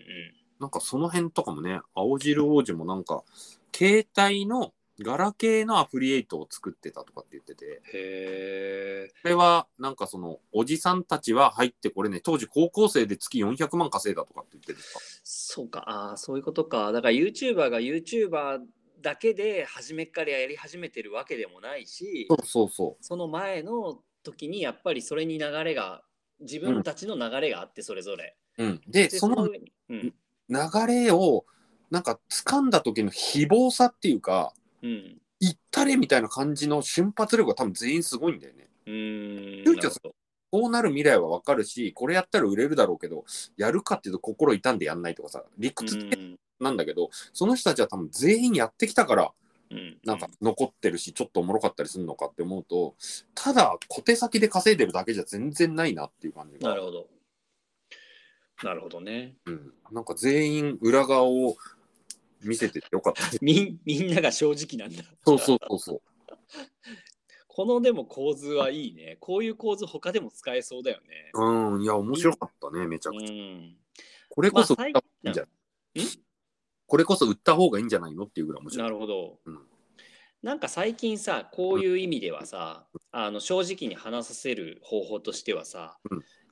なんかその辺とかもね、青汁王子もなんか携帯のガラケーのアフリエイトを作ってたとかって言ってて、へー。これはなんかそのおじさんたちは入ってこれね、当時高校生で月よんひゃくまん稼いだとかって言ってるか。 そうか、ああそういうことか。だから YouTuber が YouTuber だけで初めっからやり始めてるわけでもないし、 そうそうそう。 その前の時にやっぱりそれに流れが、自分たちの流れがあってそれぞれ。 うん、で、でその流れをなんか掴んだ時の非暴さっていうか、うん、行ったれみたいな感じの瞬発力が多分全員すごいんだよね。うーん、なるほど。こうなる未来は分かるし、これやったら売れるだろうけど、やるかっていうと心痛んでやんないとかさ、理屈なんだけど、その人たちは多分全員やってきたから、うん、なんか残ってるし、ちょっとおもろかったりするのかって思うと、ただ小手先で稼いでるだけじゃ全然ないなっていう感じが。 なるほど。なるほどね。 うん、なんか全員裏側を見せててよかったみ。みんなが正直なんだ。 そうそうそうそう。 このでも構図はいいね。こういう構図他でも使えそうだよね。 うん、いや面白かったね、めちゃくちゃ。うん、これこそ売った方がいいんじゃない、まあ、これこそ売った方がいいんじゃないのっていうぐらい面白い。 なるほど。うん、なんか最近さ、こういう意味ではさ、うん、あの正直に話させる方法としてはさ、うん、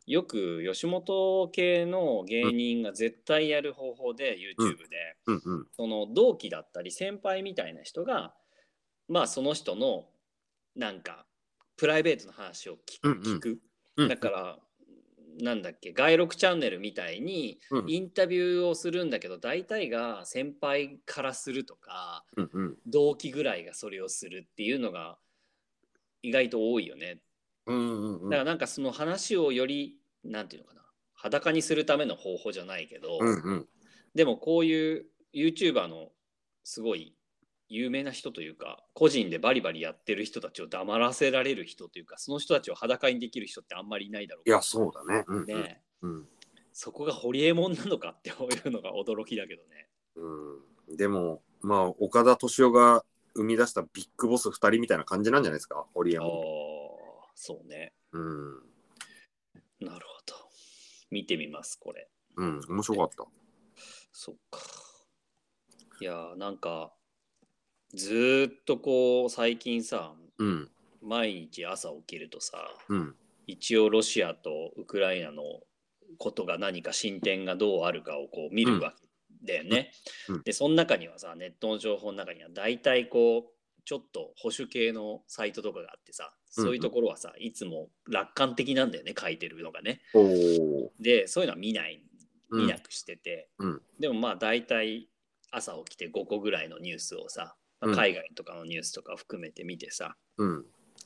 よく吉本系の芸人が絶対やる方法で、うん、YouTube で、うんうん、その同期だったり先輩みたいな人がまあその人のなんかプライベートの話を聞く、うんうん、聞くだから、うん、なんだっけ外録チャンネルみたいにインタビューをするんだけど、大体が先輩からするとか、うんうん、同期ぐらいがそれをするっていうのが意外と多いよね。うんうんうん、だからなんかその話をよりなんていうのかな、裸にするための方法じゃないけど、うんうん、でもこういう YouTuber のすごい有名な人というか個人でバリバリやってる人たちを黙らせられる人というか、その人たちを裸にできる人ってあんまりいないだろう。 いやそうだね、うんうん、ね、 うん、そこがホリエモンなのかっていうのが驚きだけどね。 うん、でもまあ岡田敏夫が生み出したビッグボスふたりみたいな感じなんじゃないですか、ホリエモン。 ああそうね、うん、なるほど、見てみますこれ。 うん、面白かった。 そっか。いやーなんかずっとこう最近さ、うん、毎日朝起きるとさ、うん、一応ロシアとウクライナのことが何か進展がどうあるかをこう見るわけだよね。うんうん、でその中にはさ、ネットの情報の中には大体こうちょっと保守系のサイトとかがあってさ、そういうところはさ、いつも楽観的なんだよね、書いてるのがね。でそういうのは見ない見なくしてて、うん、でもまあ大体朝起きてごこぐらいのニュースをさ、まあ、海外とかのニュースとかを含めて見てさ、うん、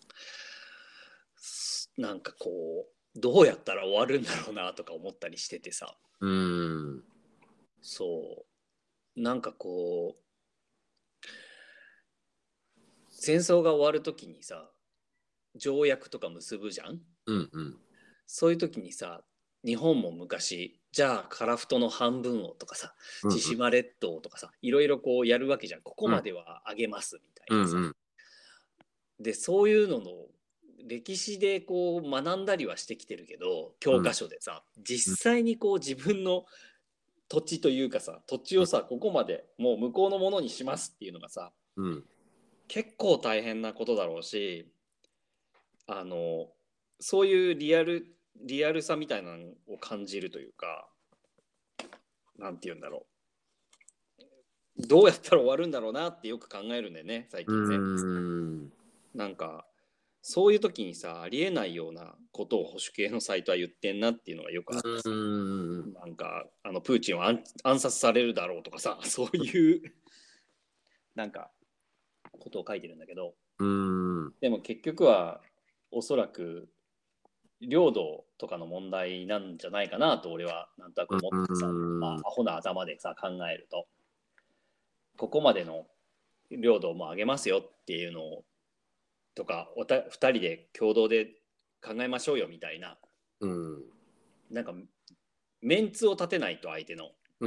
なんかこうどうやったら終わるんだろうなとか思ったりしててさ、うん、そうなんかこう戦争が終わる時にさ条約とか結ぶじゃん、うんうん、そういう時にさ日本も昔じゃあ樺太の半分をとかさ千島列島とかさ、いろいろこうやるわけじゃん。ここまではあげますみたいなさ、うんうん、でそういうのの歴史でこう学んだりはしてきてるけど教科書でさ、うん、実際にこう自分の土地というかさ土地をさここまでもう向こうのものにしますっていうのがさ、うん、結構大変なことだろうし、あのそういうリアルリアルさみたいなのを感じるというか、なんて言うんだろう、どうやったら終わるんだろうなってよく考えるんだよね最近ね。うんなんかそういう時にさありえないようなことを保守系のサイトは言ってんなっていうのがよくあってさ、うんなんかあのプーチンは暗、暗殺されるだろうとかさ、そういうなんかことを書いてるんだけど、うんでも結局はおそらく領土とかの問題なんじゃないかなと俺はなんとなく思ってさ、まあアホな頭でさ考えるとここまでの領土をもう上げますよっていうのをとかおたふたりで共同で考えましょうよみたいな、うん、なんかメンツを立てないと相手の、うん、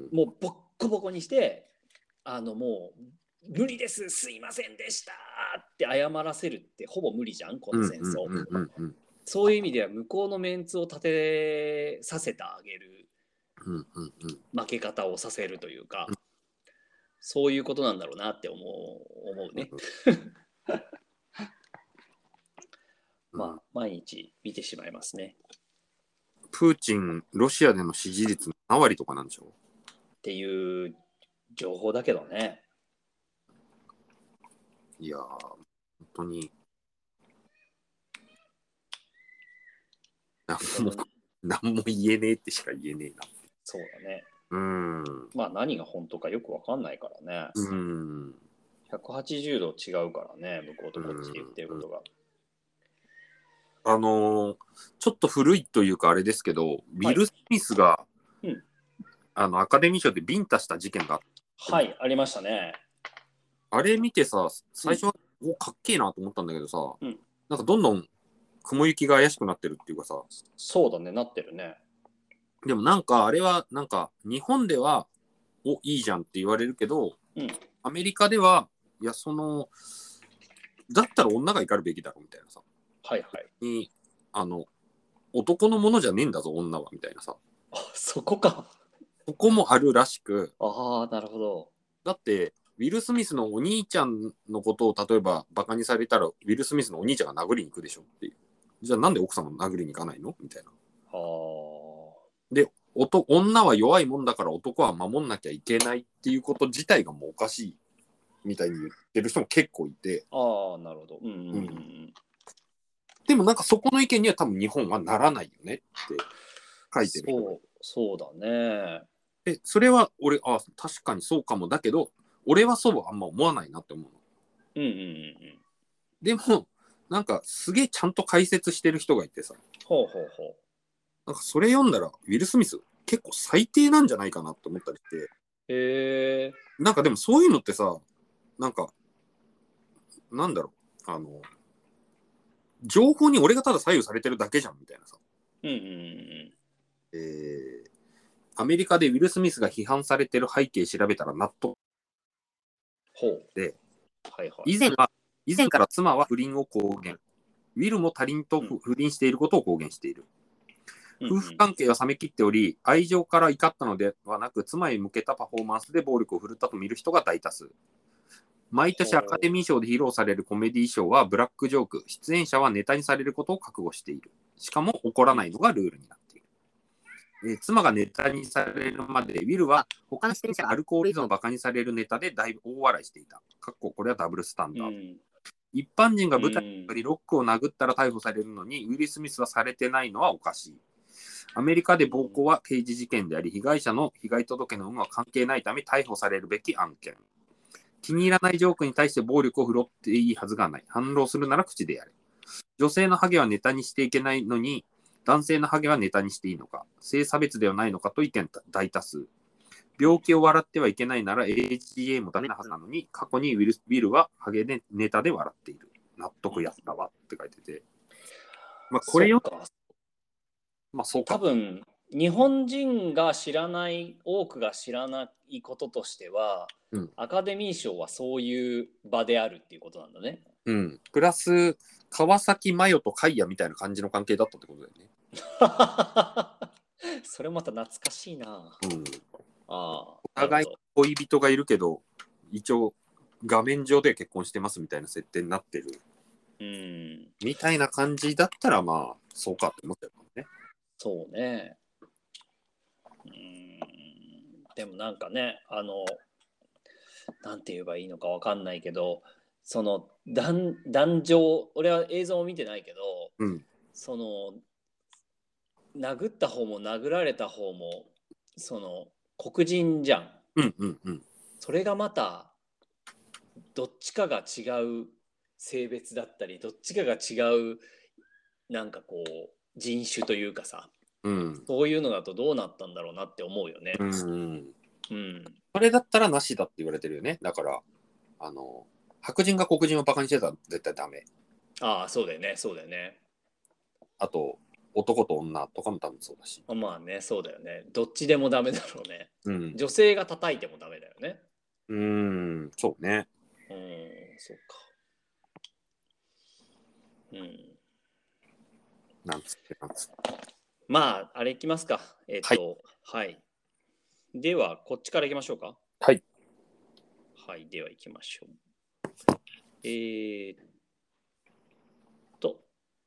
もうボッコボコにしてあのもう無理ですすいませんでしたって謝らせるってほぼ無理じゃんこの戦争。そういう意味では向こうのメンツを立てさせてあげる、うんうんうん、負け方をさせるというか、うん、そういうことなんだろうなって思う、思うね。まあ毎日見てしまいますね。 プーチンロシアでの支持率なわりとかなんでしょうっていう情報だけどね。 いやー本当に何も何も言えねえってしか言えねえな。 そうだね。うん。まあ何が本当かよく分かんないからね。うん。ひゃくはちじゅうど違うからね、向こうとこっちで言ってることが。 あのー、ちょっと古いというかあれですけど、ウィル・スミスが、はいうん、あのアカデミー賞でビンタした事件がはい、ありましたね。 あれ見てさ、最初は、うん、おかっけえなと思ったんだけどさ、うん、なんかどんどん雲行きが怪しくなってるっていうかさ。 そうだね、なってるね。 でもなんかあれはなんか日本ではおいいじゃんって言われるけど、うん、アメリカではいやそのだったら女が怒るべきだろみたいなさ。 はいはい。 にあの男のものじゃねえんだぞ女はみたいなさ。 あそこか。 そこもあるらしく。 ああなるほど。 だってウィル・スミスのお兄ちゃんのことを例えばバカにされたらウィル・スミスのお兄ちゃんが殴りに行くでしょっていう。 じゃあなんで奥さんを殴りに行かないのみたいな。はで女は弱いもんだから男は守んなきゃいけないっていうこと自体がもうおかしいみたいに言ってる人も結構いて。 ああ、なるほど。うんうんうんうん。 でもなんかそこの意見には多分日本はならないよねって書いてる。 そうそうだね。 え、それは俺、あ、確かにそうかもだけど、俺はそうはあんま思わないなって思うの。 うんうんうんうん。 でも、なんかすげえちゃんと解説してる人がいてさ。 ほうほうほう。 なんかそれ読んだら、ウィル・スミス結構最低なんじゃないかなって思ったりして。へえ。なんかでもそういうのってさ、なんか、なんだろう、あの、情報に俺がただ左右されてるだけじゃんみたいなさ。うんうんうん。えー、アメリカでウィル・スミスが批判されてる背景調べたら納得。ほう。で、はいはい、以前は、以前から妻は不倫を公言。ウィルも他人と不倫していることを公言している。うん、夫婦関係は冷めきっており、愛情から怒ったのではなく、妻へ向けたパフォーマンスで暴力を振るったと見る人が大多数。毎年アカデミー賞で披露されるコメディー賞はブラックジョーク、出演者はネタにされることを覚悟している。しかも怒らないのがルールになっている。えー、妻がネタにされるまで、ウィルは他の出演者がアルコール依存をバカにされるネタで大大笑いしていた。かっここれはダブルスタンダード。うん、一般人が舞台にロックを殴ったら逮捕されるのに、ウィル・スミスはされてないのはおかしい。アメリカで暴行は刑事事件であり、有害者の被害届の有無は関係ないため逮捕されるべき案件。気に入らないジョークに対して暴力を振るっていいはずがない。反論するなら口でやれ。女性のハゲはネタにしていけないのに、男性のハゲはネタにしていいのか。性差別ではないのかと意見大多数。病気を笑ってはいけないなら エージーエー もダメなはずなのに、過去にウィル、ウィルはハゲでネタで笑っている。納得やったわって書いてて。まあこれよ。 まあそうか。多分日本人が知らない多くが知らないこととしては、うん、アカデミー賞はそういう場であるっていうことなんだね。 うん。プラス川崎麻世とカイヤみたいな感じの関係だったってことだよね。 それまた懐かしいな。うん。 ああ。お互い恋人がいるけど、一応画面上で結婚してますみたいな設定になってる。うん。みたいな感じだったらまあそうかって思ったよね。 そうね。うん。でもなんかね、あの、なんて言えばいいのかわかんないけど、その男男女、俺は映像を見てないけど、うん、その殴った方も殴られた方もその黒人じゃん。うんうんうん。それがまたどっちかが違う性別だったり、どっちかが違うなんかこう人種というかさ、うん、そういうのだとどうなったんだろうなって思うよね。うん、 うん、それだったらなしだって言われてるよね。だからあの白人が黒人をバカにしてたら絶対ダメ。 ああ、そうだよね、そうだよね。 あと男と女とかも多分そうだし。 まあね、そうだよね。どっちでもダメだろうね。うん、女性が叩いてもダメだよね。 うーん、そうね。 うん、そうか。うん。 なんつってなんつって。 まあ、あれいきますか。えっと、はい、はい。では、こっちからいきましょうか。 はい。 はい、では行きましょう。えー、っと、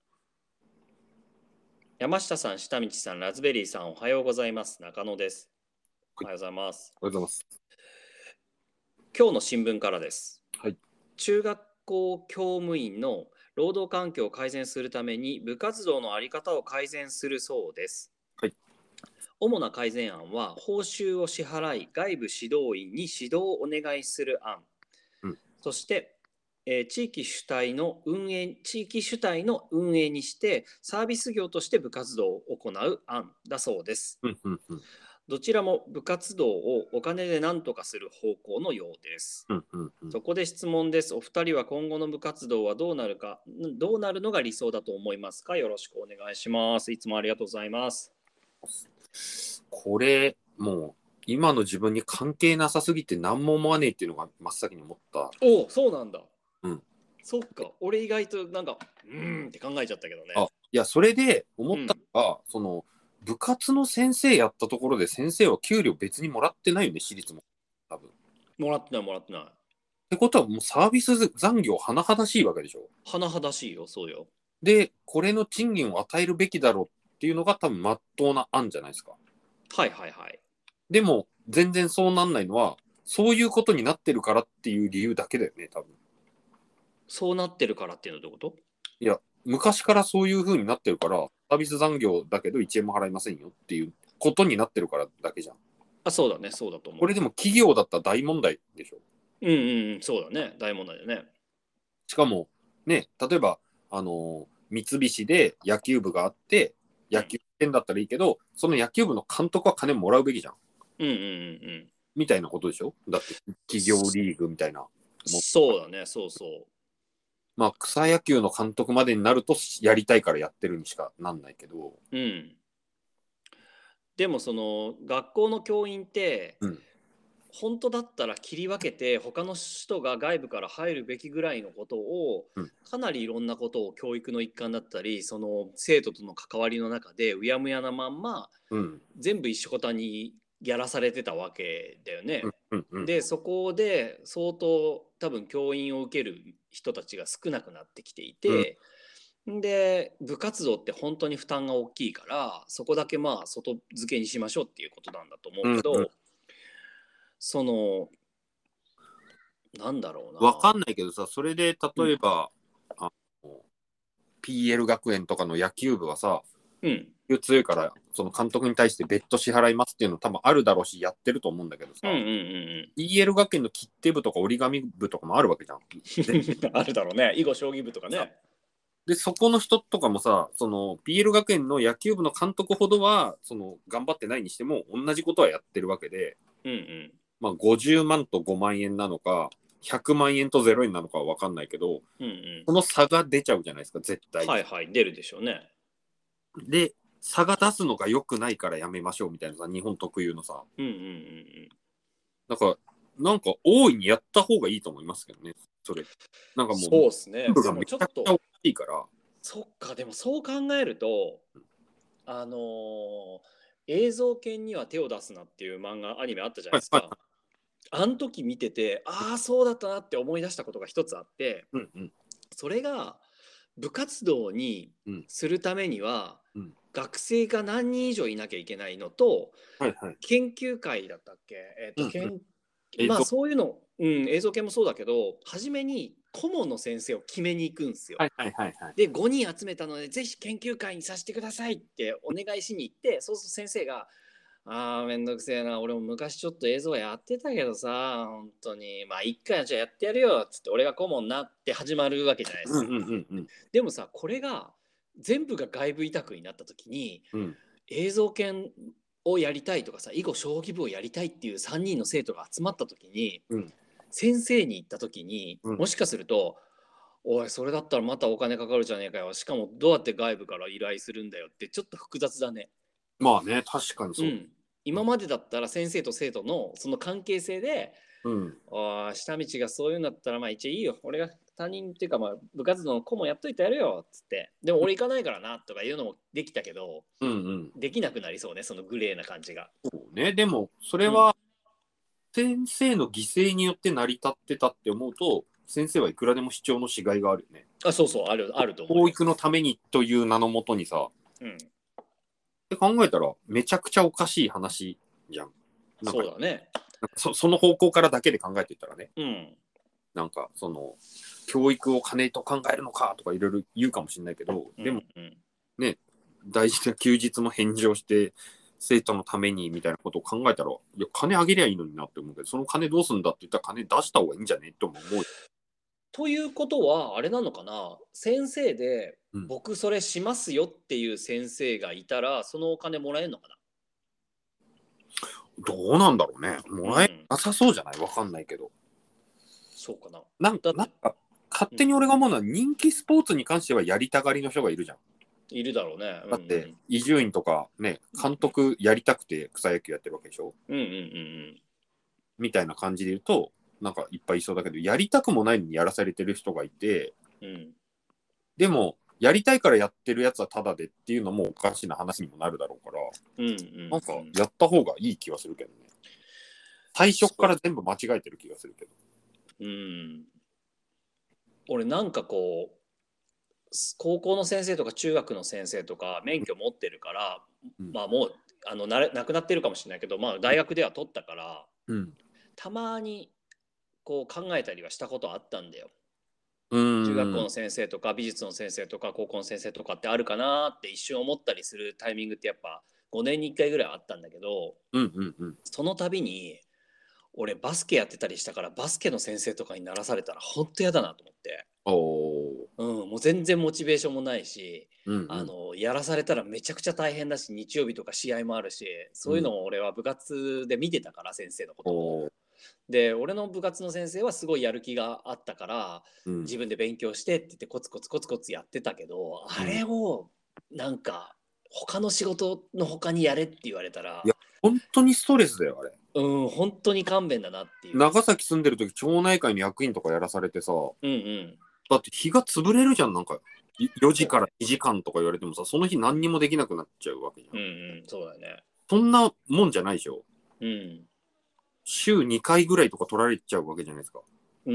山下さん、下道さん、ラズベリーさん、おはようございます。中野です。おはようございます。 おはようございます。 今日の新聞からです。 はい。 中学校教務員の労働環境を改善するために部活動の在り方を改善するそうです。 はい。 主な改善案は、報酬を支払い、外部指導員に指導をお願いする案。うん、そして、えー、地域主体の運営、地域主体の運営にして、サービス業として部活動を行う案だそうです。うんうんうん、どちらも部活動をお金で何とかする方向のようです。うんうんうん、そこで質問です。お二人は今後の部活動はどうなるか、どうなるのが理想だと思いますか？よろしくお願いします。いつもありがとうございます。 これもう今の自分に関係なさすぎて何も思わねえっていうのが真っ先に思った。 おお、そうなんだ。うん。そっか、俺意外となんかうーんって考えちゃったけどね。 あ、いやそれで思ったのが、うん、その部活の先生やったところで先生は給料別にもらってないよね、私立も多分。 もらってないもらってない。ってことはもうサービス残業甚だしいわけでしょ。 甚だしいよ、そうよ。 で、これの賃金を与えるべきだろうっていうのが多分真っ当な案じゃないですか。 はいはいはい。 でも、全然そうなんないのは、そういうことになってるからっていう理由だけだよね、多分。 そうなってるからっていうのはどういうこと？ いや、昔からそういう風になってるから、サービス残業だけどいちえんも払いませんよっていうことになってるからだけじゃん。 あ、そうだね、そうだと思う。 これでも企業だったら大問題でしょ。 うんうんうん、そうだね、大問題だね。 しかも、ね、例えば、あのー、三菱で野球部があって、野球店だったらいいけど、その野球部の監督は金もらうべきじゃん。 うんうんうんうん。 みたいなことでしょ。だって企業リーグみたいな。 そうだね、そうそう。 まあ草野球の監督までになるとやりたいからやってるにしかなんないけど。 うん。でもその学校の教員って、うん、本当だったら切り分けて他の人が外部から入るべきぐらいのことを、うん、かなりいろんなことを教育の一環だったりその生徒との関わりの中でうやむやなまんま、うん、全部一緒くたにやらされてたわけだよね。うんうんうん、でそこで相当多分教員を受ける人たちが少なくなってきていて、うん、で部活動って本当に負担が大きいからそこだけまあ外付けにしましょうっていうことなんだと思うけど、うんうん、そのなんだろうな。 わかんないけどさ、それで例えば、うん、あの ピーエル 学園とかの野球部はさ、うん、強いからその監督に対して別途支払いますっていうの多分あるだろうしやってると思うんだけどさ、うんうんうん、ピーエル 学園の切手部とか折り紙部とかもあるわけじゃん。 あるだろうね。囲碁将棋部とかね。 でそこの人とかもさ、その ピーエル 学園の野球部の監督ほどはその頑張ってないにしても同じことはやってるわけで、うんうん、まあごじゅうまんとごまんえんなのかひゃくまんえんとゼロえんなのかは分かんないけど、うんうん、その差が出ちゃうじゃないですか、絶対。 はいはい、出るでしょうね。 で、差が出すのが良くないからやめましょうみたいなさ、日本特有のさ。うんうんうんうん。だから、なんか大いにやった方がいいと思いますけどね、それ。なんかもう、 そうですね。でもちょっと、 大きいから。 そっか、でもそう考えると、あのー、映像犬には手を出すなっていう漫画、アニメあったじゃないですか。はいはい、あの時見てて、ああ、そうだったなって思い出したことが一つあって、うんうん、それが部活動にするためには、うん、学生が何人以上いなきゃいけないのと、はいはい、研究会だったっけ、えーとうんうん、まあそういうの、うん、映像系もそうだけど初めに顧問の先生を決めに行くんですよ。はいはいはいはい、でごにん集めたのでぜひ研究会にさせてくださいってお願いしに行って、そうすると先生があーめんどくせえな、俺も昔ちょっと映像やってたけどさ、本当にまあ一回じゃあやってやるよっつって俺が顧問なって始まるわけじゃないですか。うんうんうんうん、でもさ、これが全部が外部委託になった時に、うん、映像研をやりたいとかさ、囲碁将棋部をやりたいっていうさんにんの生徒が集まった時に、うん、先生に言った時に、うん、もしかするとおいそれだったらまたお金かかるじゃねえかよ、しかもどうやって外部から依頼するんだよってちょっと複雑だね。 まあね、確かにそう、うん、 今までだったら先生と生徒のその関係性で、うん、あ下道がそういうんだったらまあ一応いいよ、俺が担任っていうかまあ部活動の顧問やっといてやるよっつって、でも俺行かないからなとかいうのもできたけど、うんうん、できなくなりそうね、そのグレーな感じが。 そうね、でもそれは先生の犠牲によって成り立ってたって思うと、先生はいくらでも主張のしがいがあるよね。 あ、そうそう、あるあると思う。 教育のためにという名のもとにさ、うん、って考えたらめちゃくちゃおかしい話じゃん。 なんかそうだね。 そ, その方向からだけで考えていったらね、うん、なんかその教育を金と考えるのかとかいろいろ言うかもしれないけど、うん、でも、うん、ね、大事な休日も返上して生徒のためにみたいなことを考えたら、いや金あげりゃいいのになって思うけど、その金どうすんだって言ったら金出した方がいいんじゃねとも思う。 ということはあれなのかな、先生で、うん、僕それしますよっていう先生がいたらそのお金もらえるのかな。 どうなんだろうね。もらえなさそうじゃない、わかんないけど。 そうかな。 なんか、なんか勝手に俺が思うのは、人気スポーツに関してはやりたがりの人がいるじゃん。 いるだろうね。 だって伊集院とかね、監督やりたくて草野球やってるわけでしょ。うんうんうんうん。みたいな感じで言うと、なんかいっぱいいそうだけど、やりたくもないのにやらされてる人がいて、うん、でもやりたいからやってるやつはタダでっていうのもおかしな話にもなるだろうから、うんうんうん、なんかやった方がいい気はするけどね。最初から全部間違えてる気がするけど。 うん。俺なんかこう高校の先生とか中学の先生とか免許持ってるから、うん、まあもうあのなれなくなってるかもしれないけど、まあ、大学では取ったから、うん、たまにこう考えたりはしたことあったんだよ。中学校の先生とか美術の先生とか高校の先生とかってあるかなって一瞬思ったりするタイミングってやっぱごねんにいっかいぐらいあったんだけど、うんうんうん、その度に俺バスケやってたりしたからバスケの先生とかにならされたらほんと嫌だなと思って、お、うん、もう全然モチベーションもないし、うんうん、あのやらされたらめちゃくちゃ大変だし日曜日とか試合もあるしそういうのを俺は部活で見てたから先生のことも。で俺の部活の先生はすごいやる気があったから、うん、自分で勉強してって言ってコツコツコツコツやってたけど、うん、あれをなんか他の仕事の他にやれって言われたら、 いや本当にストレスだよあれ。 うん、本当に勘弁だなっていう。 長崎住んでる時町内会の役員とかやらされてさ、うんうん、だって日が潰れるじゃん。なんかよじからにじかんとか言われてもさ、その日何にもできなくなっちゃうわけじゃん。うんうん、そうだね。そんなもんじゃないでしょ。うん。週にかいぐらいとか取られちゃうわけじゃないですか。 うん。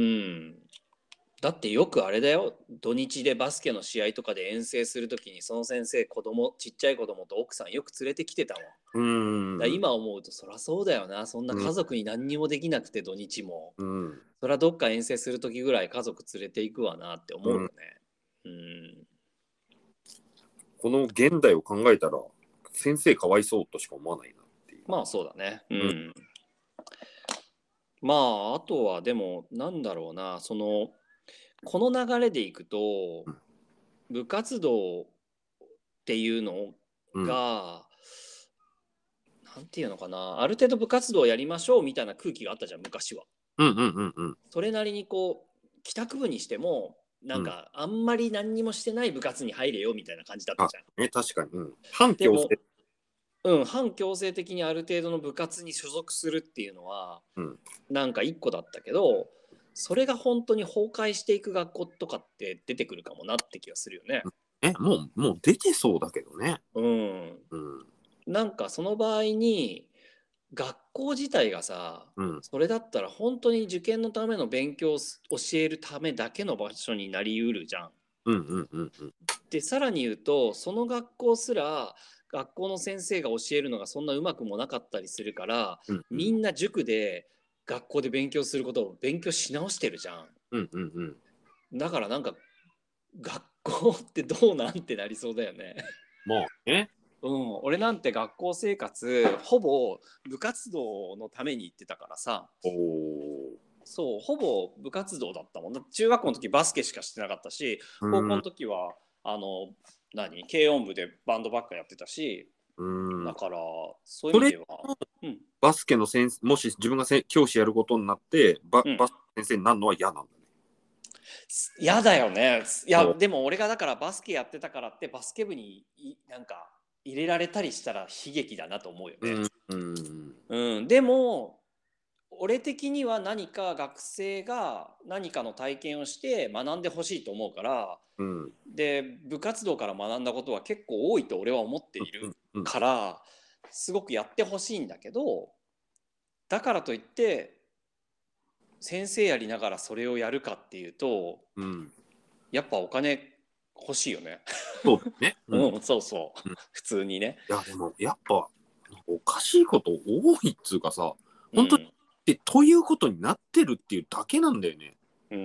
だってよくあれだよ、土日でバスケの試合とかで遠征するときにその先生子供ちっちゃい子供と奥さんよく連れてきてたもん。うん。だ今思うとそりゃそうだよな。そんな家族に何にもできなくて土日も、うん、そりゃどっか遠征するときぐらい家族連れていくわなって思うよね。うん、うん、 この現代を考えたら先生かわいそうとしか思わないなっていう。 まあそうだね。うん、うん、まああとはでもなんだろうな、そのこの流れでいくと、うん、部活動っていうのが、うん、なんていうのかな、ある程度部活動をやりましょうみたいな空気があったじゃん昔は。うんうんうんうん。それなりにこう帰宅部にしてもなんかあんまり何にもしてない部活に入れよみたいな感じだったじゃん。 ね、確かに、うん、反強制。 うん、反強制的にある程度の部活に所属するっていうのは、うん、なんか一個だったけど、それが本当に崩壊していく学校とかって出てくるかもなって気がするよね。 え、もうもう出てそうだけどね。うん。 うん、なんかその場合に学校自体がさ、うん、それだったら本当に受験のための勉強を教えるためだけの場所になりうるじゃん。うんうんうんうん。でさらに言うとその学校すら学校の先生が教えるのがそんなうまくもなかったりするから、うんうん、みんな塾で学校で勉強することを勉強し直してるじゃん。うんうんうん、だからなんか学校ってどうなんてなりそうだよね。 もうね。 うん、俺なんて学校生活ほぼ部活動のために行ってたからさ。おそうほぼ部活動だったもん。中学校の時バスケしかしてなかったし、高校の時はあの何軽音部でバンドばっかやってたし、うんだからそういう意味では、 うん、バスケの先生もし自分がせ教師やることになってバ、うん、バスケ先生になるのは嫌なんだね。 嫌だよね。いやでも俺がだからバスケやってたからってバスケ部になんか入れられたりしたら悲劇だなと思うよね。うん、うんうん、でも俺的には何か学生が何かの体験をして学んでほしいと思うから、うん、で部活動から学んだことは結構多いと俺は思っているから、すごくやってほしいんだけど、だからといって先生やりながらそれをやるかっていうと、うん、やっぱお金欲しいよね。 そうね、 うん、うん、そうそう、うん、普通にね。 いやでもやっぱおかしいこと多いっつうかさ、本当に、うん、でということになってるっていうだけなんだよね。 うんうん、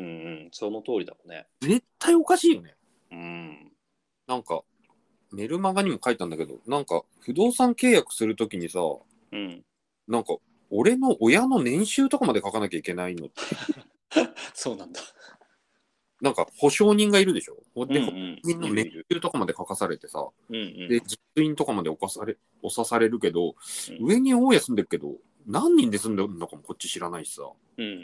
その通りだもんね。 絶対おかしいよね。うん。なんかメルマガにも書いたんだけど、なんか不動産契約するときにさ、うん、なんか俺の親の年収とかまで書かなきゃいけないのって。 そうなんだ。 なんか保証人がいるでしょ。で、うんうん、保証人の年収とかまで書かされてさ、うんうん、で実印とかまで押され押さされるけど、うん、上に大家住んでるけど何人で住んでるのかもこっち知らないしさ、うんうんうん、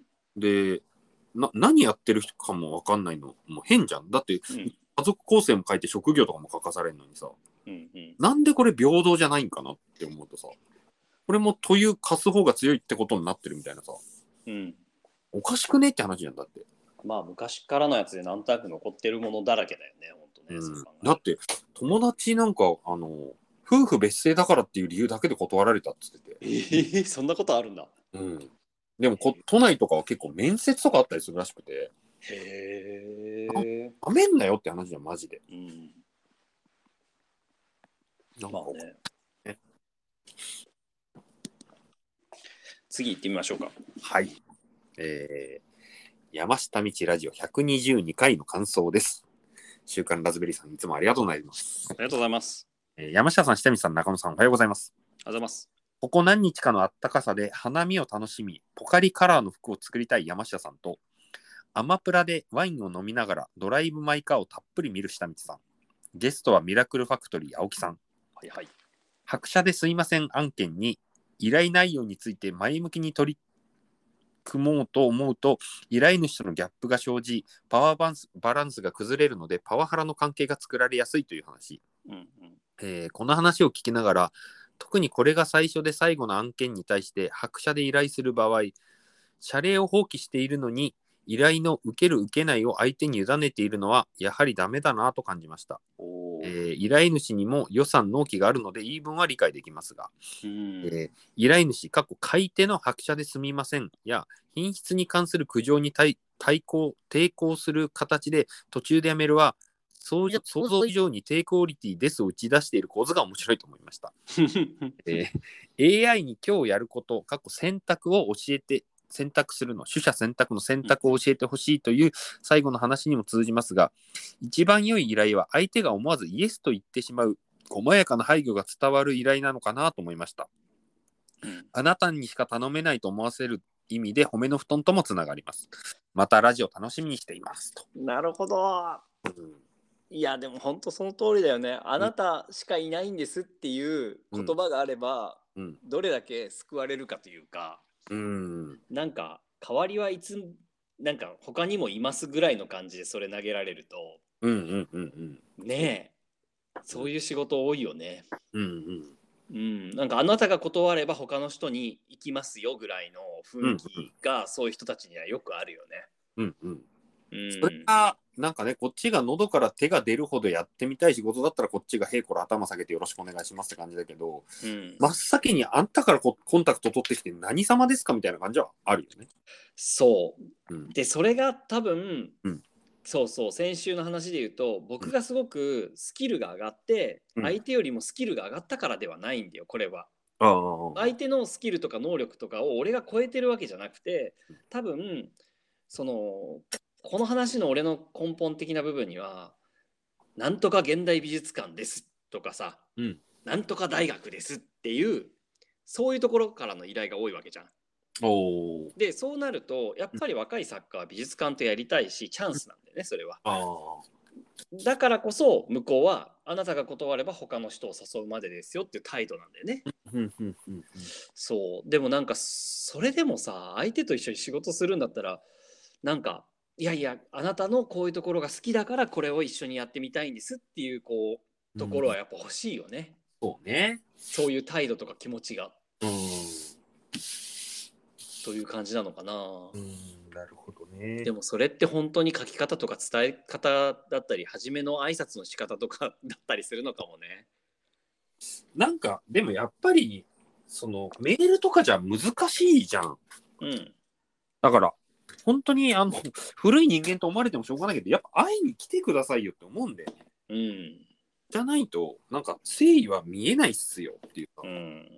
でな何やってる人かも分かんないのもう変じゃん。だって、うん、家族構成も書いて職業とかも書かされるのにさ、うんうん、なんでこれ平等じゃないんかなって思うとさ、これもという貸す方が強いってことになってるみたいなさ、うん、おかしくねって話なんだって。 まあ昔からのやつでなんとなく残ってるものだらけだよね、本当ね。 うん、だって友達なんかあの夫婦別姓だからっていう理由だけで断られたって言ってて。 えー、そんなことあるんだ。 うん。でもこ都内とかは結構面接とかあったりするらしくて。 へえ。 なめんなよって話じゃん、マジで。 うん。 なんかまあね。ね次行ってみましょうか。 はい。えー、山下道ラジオひゃくにじゅうにかいの感想です。週刊ラズベリーさん、いつもありがとうございます。 ありがとうございます。 えー、山下さん、下道さん、中野さん、おはようございます。 おはようございます。 ここ何日かのあったかさで花見を楽しみ、ポカリカラーの服を作りたい山下さんと、アマプラでワインを飲みながらドライブ・マイ・カーをたっぷり見る下道さん。ゲストはミラクルファクトリー青木さん。 はいはい。 白車ですいません案件に依頼内容について前向きに取り組もうと思うと依頼主とのギャップが生じパワーバランス、バランスが崩れるのでパワハラの関係が作られやすいという話、 うんうんえー、この話を聞きながら特にこれが最初で最後の案件に対して白車で依頼する場合謝礼を放棄しているのに依頼の受ける受けないを相手に委ねているのはやはりダメだなと感じました。えー、依頼主にも予算納期があるので言い分は理解できますが、 うんえー、依頼主過去買い手の白車ですみませんや品質に関する苦情に 対, 対抗抵抗する形で途中でやめるは想像以上に低クオリティですを打ち出している構図が面白いと思いました、えー、エーアイ に今日やること過去選択を教えて選択するの取捨選択の選択を教えてほしいという最後の話にも通じますが、一番良い依頼は相手が思わずイエスと言ってしまう細やかな配慮が伝わる依頼なのかなと思いました。あなたにしか頼めないと思わせる意味で褒めの布団ともつながります。またラジオ楽しみにしていますと。 なるほど、うん、いやでも本当その通りだよね。あなたしかいないんですっていう言葉があれば、うん、どれだけ救われるかというか、うん、なんか代わりはいつなんか他にもいますぐらいの感じでそれ投げられると、 うんうんうんうん、 ねえそういう仕事多いよね。 うんうんうん、なんかあなたが断れば他の人に行きますよぐらいの雰囲気がそういう人たちにはよくあるよね。 うんうん。うん、それがなんかねこっちが喉から手が出るほどやってみたい仕事だったらこっちが「へいこら頭下げてよろしくお願いします」って感じだけど、うん、真っ先にあんたからコンタクト取ってきて何様ですかみたいな感じはあるよね。 そう、うん、でそれが多分、うん、そうそう先週の話で言うと僕がすごくスキルが上がって、うん、相手よりもスキルが上がったからではないんだよこれは。相手のスキルとか能力とかを俺が超えてるわけじゃなくて多分そのこの話の俺の根本的な部分にはなんとか現代美術館ですとかさ、うん、なんとか大学ですっていうそういうところからの依頼が多いわけじゃん。おでそうなるとやっぱり若い作家は美術館とやりたいしチャンスなんだよねそれは。あだからこそ向こうはあなたが断れば他の人を誘うまでですよっていう態度なんだよね。そうでもなんかそれでもさ相手と一緒に仕事するんだったらなんかいやいやあなたのこういうところが好きだからこれを一緒にやってみたいんですっていうこうところはやっぱ欲しいよね。 うん、そうね。 そういう態度とか気持ちが。うんという感じなのかな。 うんなるほどね。 でもそれって本当に書き方とか伝え方だったり初めの挨拶の仕方とかだったりするのかもね。 なんかでもやっぱりそのメールとかじゃ難しいじゃん。うん。だから本当にあの古い人間と思われてもしょうがないけどやっぱ会いに来てくださいよって思うんだよね。うん。じゃないとなんか誠意は見えないっすよっていうか。うん。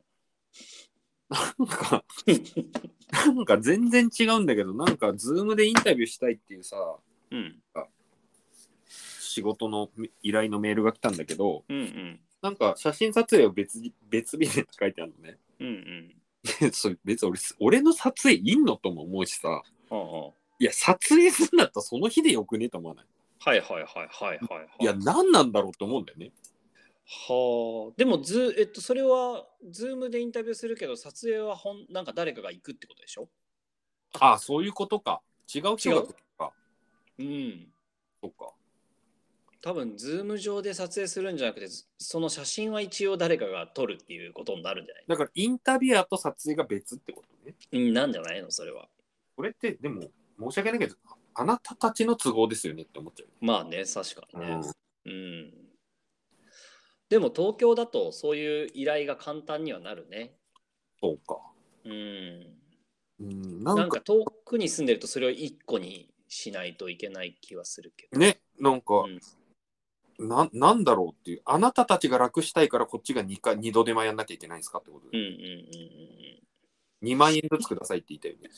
なんかなんか全然違うんだけどなんかズームでインタビューしたいっていうさ、うん、仕事の依頼のメールが来たんだけど、うんうん、なんか写真撮影を別別日でって書いてあるのね。うんうん、それ別に 俺, 俺の撮影いんのとも思うしさ、はあはあ、いや撮影するんだったらその日でよくねと思わない？ はいはいはいはいはい、はい、 いや何なんだろうと思うんだよね。 はあ、でもず、えっと、それはズームでインタビューするけど撮影はほんなんか誰かが行くってことでしょ？ ああそういうことか。違う人が来るか。うん。 そっか。多分ズーム上で撮影するんじゃなくてその写真は一応誰かが撮るっていうことになるんじゃない？ だからインタビュアーと撮影が別ってことね。 うん、なんじゃないのそれは。 これってでも申し訳ないけどあなたたちの都合ですよねって思っちゃう。 まあね確かにね。うん、うんでも東京だとそういう依頼が簡単にはなるね。 そうか。 うん。なんか、なんか遠くに住んでるとそれを一個にしないといけない気はするけどね。なんか、うん、な, なんだろうっていう、あなたたちが楽したいからこっちが 2, かにど手間やんなきゃいけないんですかってことで、うんうんうんうん、にまんえんずつくださいって言ったよね。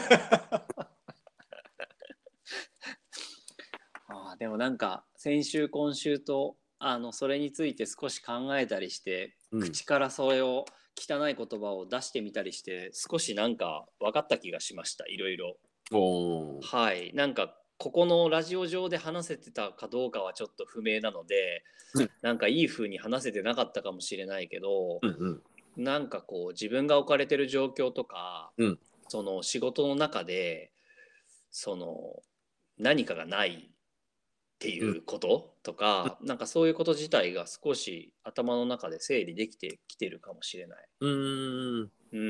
あ、でもなんか先週今週とあのそれについて少し考えたりして、うん、口からそれを汚い言葉を出してみたりして少しなんか分かった気がしました。いろいろ。はい、なんかここのラジオ上で話せてたかどうかはちょっと不明なので、うん、なんかいい風に話せてなかったかもしれないけど、うんうん、なんかこう自分が置かれてる状況とか、うん、その仕事の中でその何かがないっていうこととか、うん、なんかそういうこと自体が少し頭の中で整理できてきてるかもしれない。うーん。うん。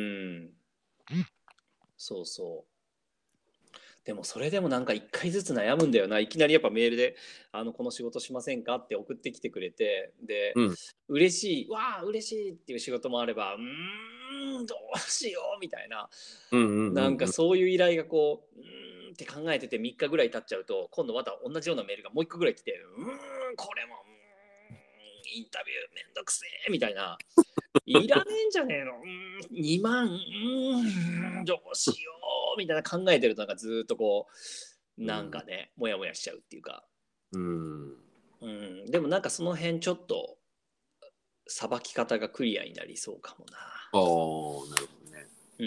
そうそう。でもそれでもなんか一回ずつ悩むんだよな。いきなりやっぱメールであのこの仕事しませんかって送ってきてくれて、で、うん、嬉しい、わあ嬉しいっていう仕事もあれば、うーんどうしようみたいな、うんうんうんうん、なんかそういう依頼がこう、うーんって考えててみっかぐらい経っちゃうと、今度また同じようなメールがもういっこぐらい来て、うーんこれもうーんインタビューめんどくせえみたいな。いらねえんじゃねえの、うーんにまん、うーんどうしようみたいな考えてるとなんかずっとこうなんかね、うん、もやもやしちゃうっていうか、うん、うん、でもなんかその辺ちょっとさばき方がクリアになりそうかもな。 ああ、なるほどね。 うん。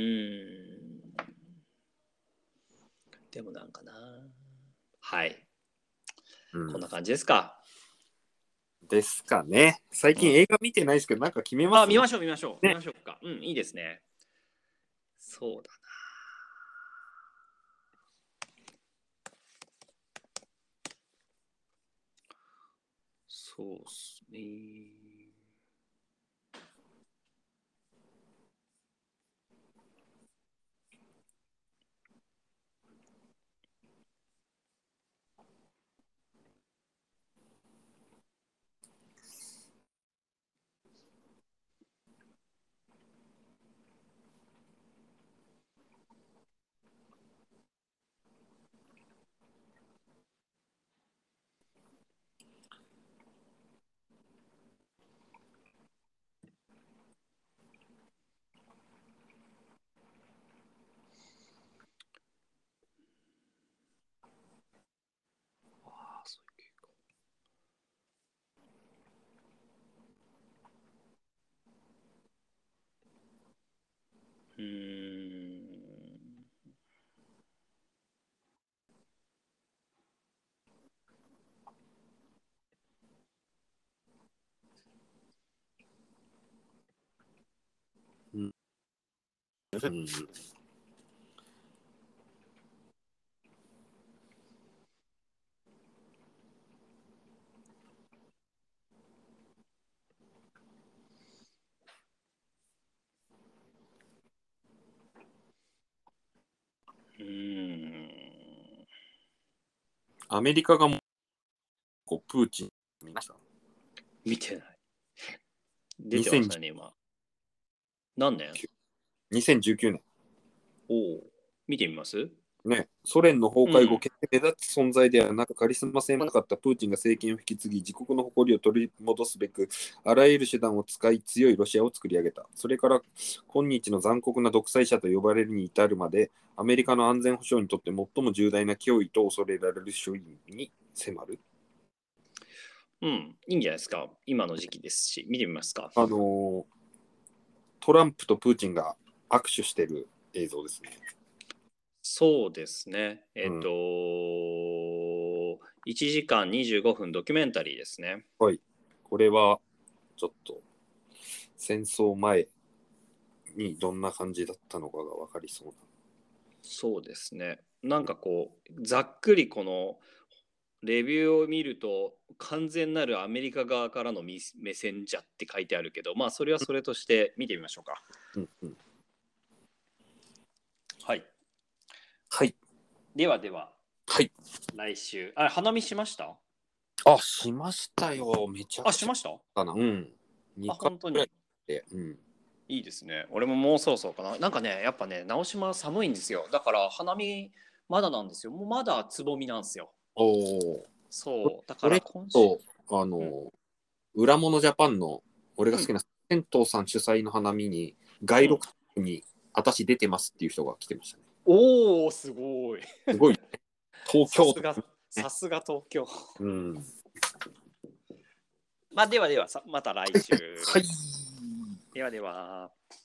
でもなんかな、はい、うん、こんな感じですか。 ですかね。最近映画見てないですけど、うん、なんか決めます？ あ、見ましょう見ましょう、ね、見ましょうか。うん、いいですね。そうだな。そうっすね。うーん。 うん。うん。 うーん。 アメリカがもうプーチン見ました？ 見てない。出てましたね、今。何年 ? にせんじゅうきゅうねん。 おお、見てみます？ ね、ソ連の崩壊後、決して目立つ存在ではなく、カリスマ性もなかったプーチンが政権を引き継ぎ、自国の誇りを取り戻すべく、あらゆる手段を使い、強いロシアを作り上げた。それから、今日の残酷な独裁者と呼ばれるに至るまで、アメリカの安全保障にとって最も重大な脅威と恐れられる主義に迫る。 うん、いいんじゃないですか。今の時期ですし、見てみますか。 あのー、トランプとプーチンが握手してる映像ですね。 そうですね。えっと、うん、いちじかんにじゅうごふんドキュメンタリーですね。 はい。これは、ちょっと、戦争前にどんな感じだったのかが分かりそうな。 そうですね。なんかこう、ざっくりこの、レビューを見ると完全なるアメリカ側からの目線じゃって書いてあるけど、まあそれはそれとして見てみましょうか。うんうん、はい。 はい。 ではでは。 はい。 来週。あれ、花見しました？ あ、しましたよ。めちゃくちゃ。 あ、しましたかな。うん。 あ、本当に。 うん。 いいですね。俺ももうそろそろかな。なんかね、やっぱね、直島寒いんですよ。だから花見まだなんですよ。もうまだつぼみなんですよ。 おお。 そう。だから今週とあの、うん、裏物ジャパンの俺が好きな銭湯さん主催の花見に、うん、街録に私出てますっていう人が来てましたね。 おお、すごい。 すごい、ね。東京、 ね、さすが東京。 うん。 まあではではさまた来週。 はい。 ではでは。